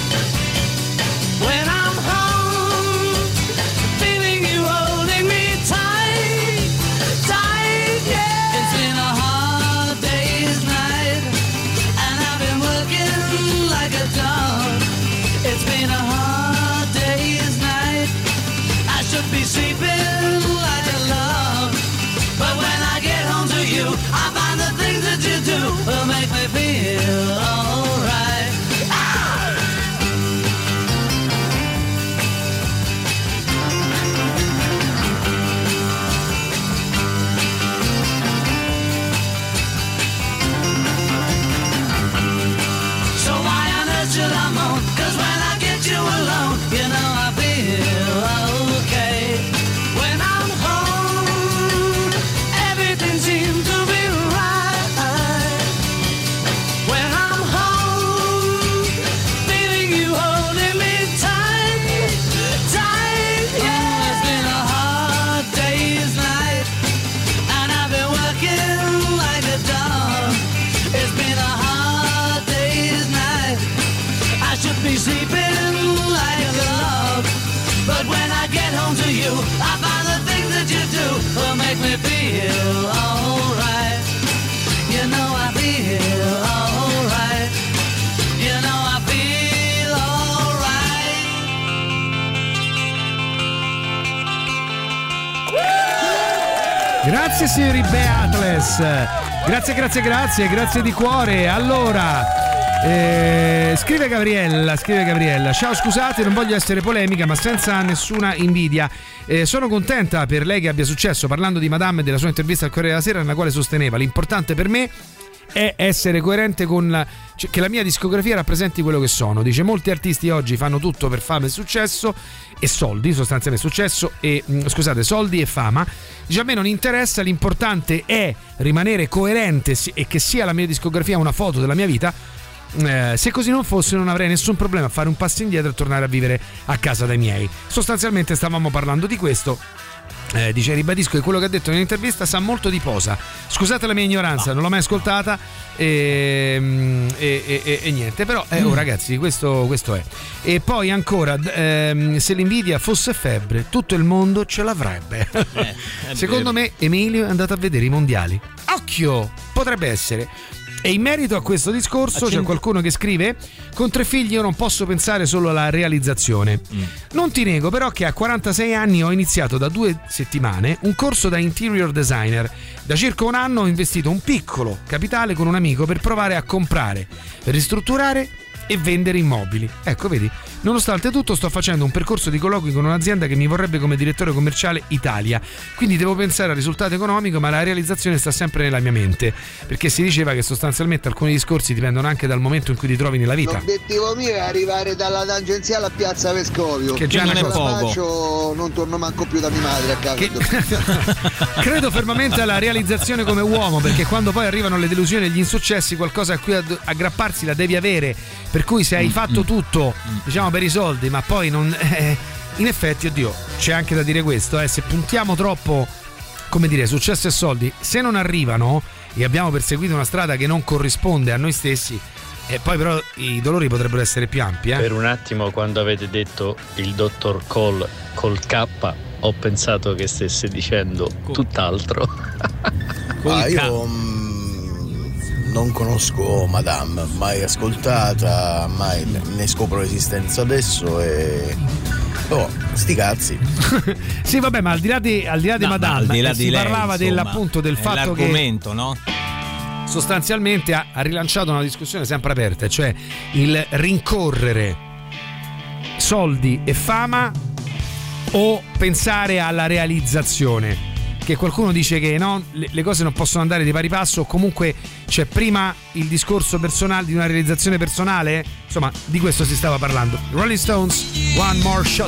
When I'm home, feeling you holding me tight, tight, yeah. It's been a hard day's night, and I've been working like a dog. It's been a hard day's night, I should be sleeping like a log. But when I get home to you, I find the things that you do will make me feel alright. Ah! So why on earth should I moan? 'Cause when I get you alone, you know I feel okay. When I'm home, everything seems to be right. When I'm home, feeling you holding me tight, tight, yeah. It's been a hard day's night, and I've been working like a dog. It's been a hard day's night, I should be sleeping like a log. But when I get home to you, I find the things that you do will make me feel alright. You know I feel alright. You know I feel alright. Grazie signori Beatles, grazie, grazie, grazie, grazie di cuore. Allora, Eh, scrive Gabriella, scrive Gabriella: ciao, scusate, non voglio essere polemica, ma senza nessuna invidia. Eh, sono contenta per lei che abbia successo, parlando di Madame e della sua intervista al Corriere della Sera, nella quale sosteneva: l'importante per me è essere coerente con la, cioè, che la mia discografia rappresenti quello che sono. Dice: molti artisti oggi fanno tutto per fama e successo e soldi, sostanzialmente successo e mh, scusate, soldi e fama. Dice: a me non interessa, l'importante è rimanere coerente e che sia la mia discografia una foto della mia vita. Eh, se così non fosse, non avrei nessun problema a fare un passo indietro e tornare a vivere a casa dai miei. Sostanzialmente stavamo parlando di questo. Eh, dice: ribadisco che quello che ha detto nell'intervista sa molto di Posa. Scusate la mia ignoranza, non l'ho mai ascoltata e, e, e, e niente. Però eh, oh, ragazzi, questo, questo è. E poi ancora, ehm, se l'invidia fosse febbre, tutto il mondo ce l'avrebbe. Eh, Secondo me Emilio è andato a vedere i mondiali. Occhio, potrebbe essere. E in merito a questo discorso c'è qualcuno che scrive: con tre figli io non posso pensare solo alla realizzazione. Mm. Non ti nego però che a quarantasei anni ho iniziato da due settimane un corso da interior designer. Da circa un anno ho investito un piccolo capitale con un amico per provare a comprare, ristrutturare e vendere immobili. Ecco, vedi, nonostante tutto sto facendo un percorso di colloqui con un'azienda che mi vorrebbe come direttore commerciale Italia, quindi devo pensare al risultato economico, ma la realizzazione sta sempre nella mia mente, perché si diceva che sostanzialmente alcuni discorsi dipendono anche dal momento in cui ti trovi nella vita. L'obiettivo mio è arrivare dalla tangenziale a Piazza Vescovio, che già non è poco. Faccio, non torno manco più da mia madre a casa. Che... credo fermamente alla realizzazione come uomo, perché quando poi arrivano le delusioni e gli insuccessi, qualcosa a cui aggrapparsi la devi avere. Per cui se hai fatto tutto, diciamo, per i soldi, ma poi non... Eh, in effetti, oddio, c'è anche da dire questo, eh, se puntiamo troppo, come dire, successo e soldi, se non arrivano e abbiamo perseguito una strada che non corrisponde a noi stessi, e poi però i dolori potrebbero essere più ampi. Eh? Per un attimo, quando avete detto il dottor Cole col K, ho pensato che stesse dicendo tutt'altro. Ah, io mh, non conosco Madame, mai ascoltata, mai ne scopro l'esistenza adesso e... Oh, sti cazzi. Sì, vabbè, ma al di là di, al di, là di No, ma Madame, al di là eh, di si lei, parlava insomma, dell'appunto del è fatto l'argomento, che no? sostanzialmente ha, ha rilanciato una discussione sempre aperta, cioè il rincorrere soldi e fama o pensare alla realizzazione. Che qualcuno dice che no, le, le cose non possono andare di pari passo, o comunque c'è prima il discorso personale di una realizzazione personale. Insomma, di questo si stava parlando. Rolling Stones, One More Shot.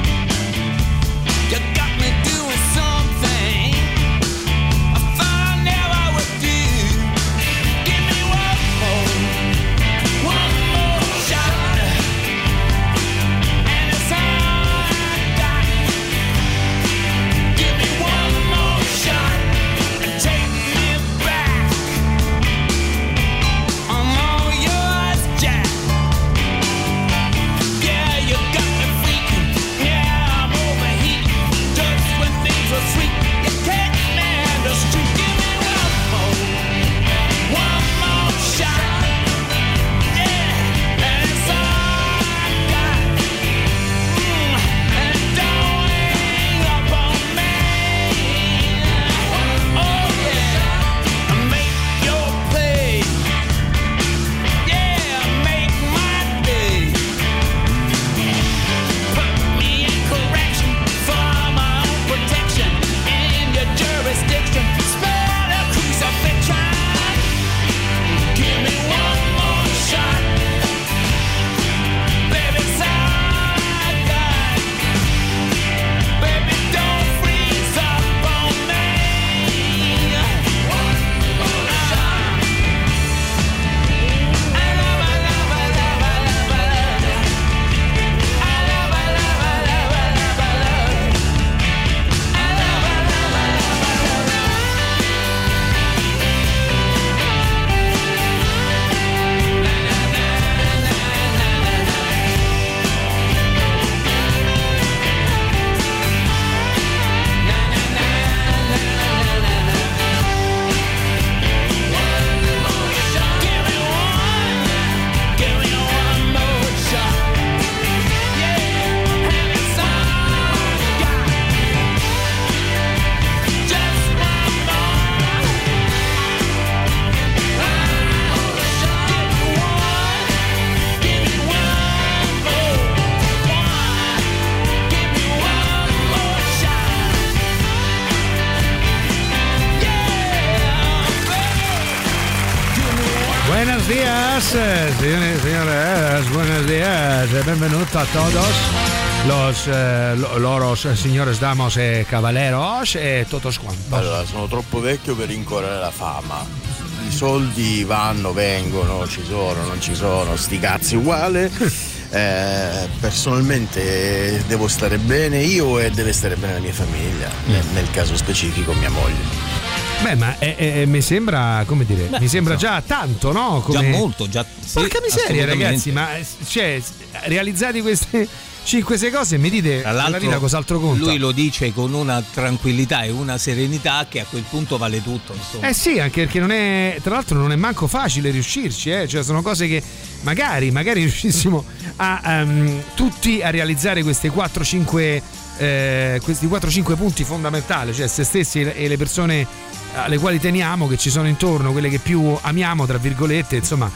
Buenos días, señores y señores, buenos días, benvenuto a todos los eh, loros signores, damos e cavalleros e todos quantos. Allora, sono troppo vecchio per rincorrere la fama. I soldi vanno, vengono, ci sono, non ci sono, sti cazzi uguale. Eh, personalmente devo stare bene io e deve stare bene la mia famiglia, nel, nel caso specifico mia moglie. Beh, ma è, è, mi sembra, come dire, Beh, mi sembra so. già tanto, no? Come... Già molto, già. Sì, porca miseria, ragazzi, ma cioè, realizzati queste cinque sei cose, mi dite la vita cos'altro conta? Lui lo dice con una tranquillità e una serenità che a quel punto vale tutto, insomma. Eh sì, anche perché non è, tra l'altro non è manco facile riuscirci, eh? Cioè sono cose che magari, magari riuscissimo a um, tutti a realizzare queste quattro cinque eh, questi quattro cinque punti fondamentali, cioè se stessi e le persone alle quali teniamo, che ci sono intorno, quelle che più amiamo, tra virgolette, insomma,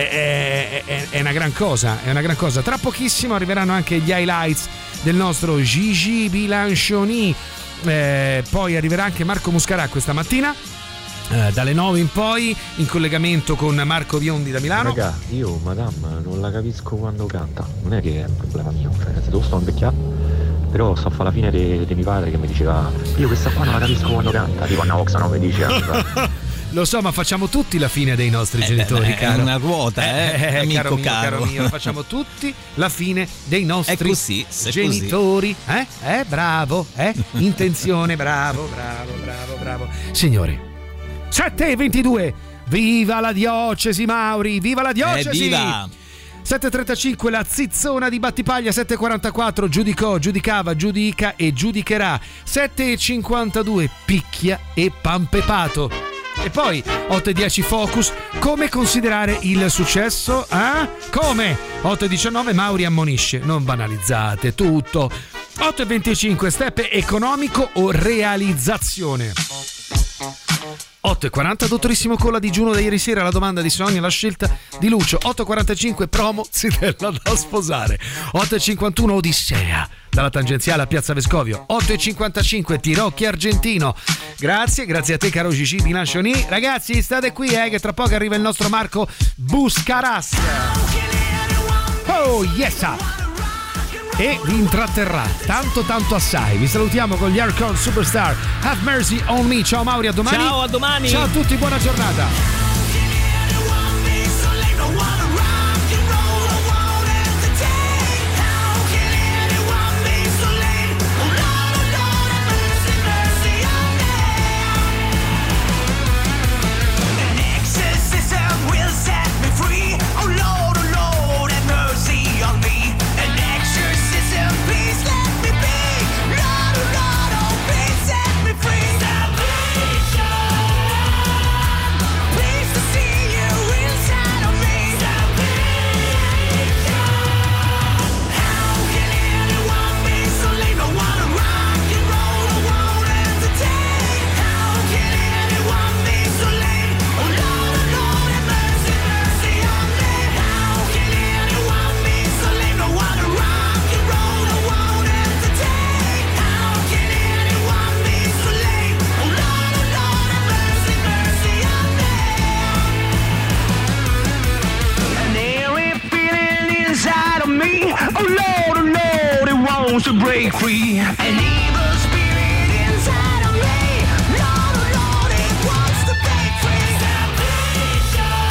è, è, è una gran cosa, è una gran cosa. Tra pochissimo arriveranno anche gli highlights del nostro Gigi Bilancioni, eh, poi arriverà anche Marco Muscarà questa mattina, eh, dalle nove in poi, in collegamento con Marco Biondi da Milano. Raga, io Madame non la capisco quando canta, non è che è un problema mio, cioè se devo sto invecchiato. Però sto a fare la fine di, di mio padre che mi diceva io questa qua non la capisco quando canta, tipo a Oxa nove-dieci anni fa. Lo so, ma facciamo tutti la fine dei nostri eh, genitori, beh, caro. È una ruota, eh, eh, eh amico caro mio, caro. caro mio, facciamo tutti la fine dei nostri è così, genitori. Eh? Eh, bravo, eh? Intenzione, bravo, bravo, bravo, bravo. Signori, sette e ventidue, viva la diocesi, Mauri, viva la diocesi! Eh, viva! sette e trentacinque la zizzona di Battipaglia, sette e quarantaquattro giudicò, giudicava, giudica e giudicherà, sette e cinquantadue picchia e pampepato. E poi otto e dieci Focus, come considerare il successo? Eh? Come? otto e diciannove Mauri ammonisce, non banalizzate tutto. otto e venticinque Step economico o realizzazione? otto e quaranta Dottorissimo con la digiuno da ieri sera, la domanda di Sonia, la scelta di Lucio. Otto e quarantacinque promo Zitella da sposare. otto e cinquantuno Odissea dalla tangenziale a Piazza Vescovio. otto e cinquantacinque Tirocchi Argentino. Grazie, grazie a te caro Gigi di Lancioni. Ragazzi state qui eh, che tra poco arriva il nostro Marco Buscaras. Oh yes! E vi intratterrà tanto tanto assai. Vi salutiamo con gli Hardcore Superstar. Have Mercy on Me. Ciao Mauri, a domani. Ciao, a domani. Ciao a tutti, buona giornata. To break free. An evil spirit inside of me. Lord, oh Lord, it wants to break free. Salvation.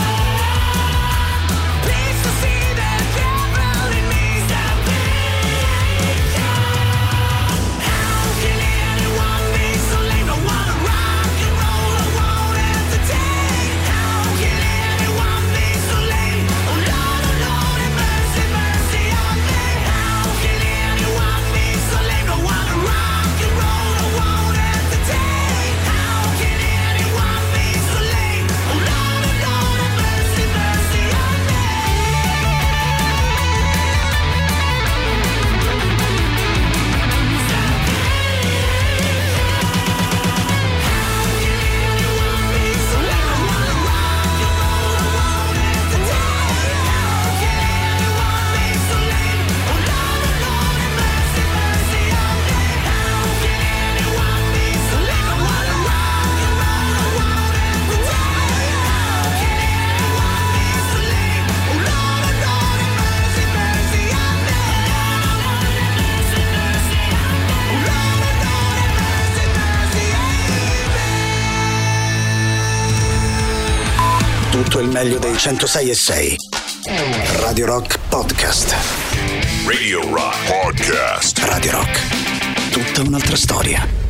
Please to see the devil in me. Salvation. How can anyone be so lame? I wanna rock and roll, I won't entertain. How can anyone be so lame? Oh Lord, oh Lord, have mercy, mercy on me. How can anyone so lame, I wanna rock and roll, I won't entertain. How can anyone be so lame? Oh Lord, oh Lord, have mercy, mercy on me. Tutto il meglio dei centosei e sei. Radio Rock Podcast. Radio Rock Podcast. Radio Rock. Tutta un'altra storia.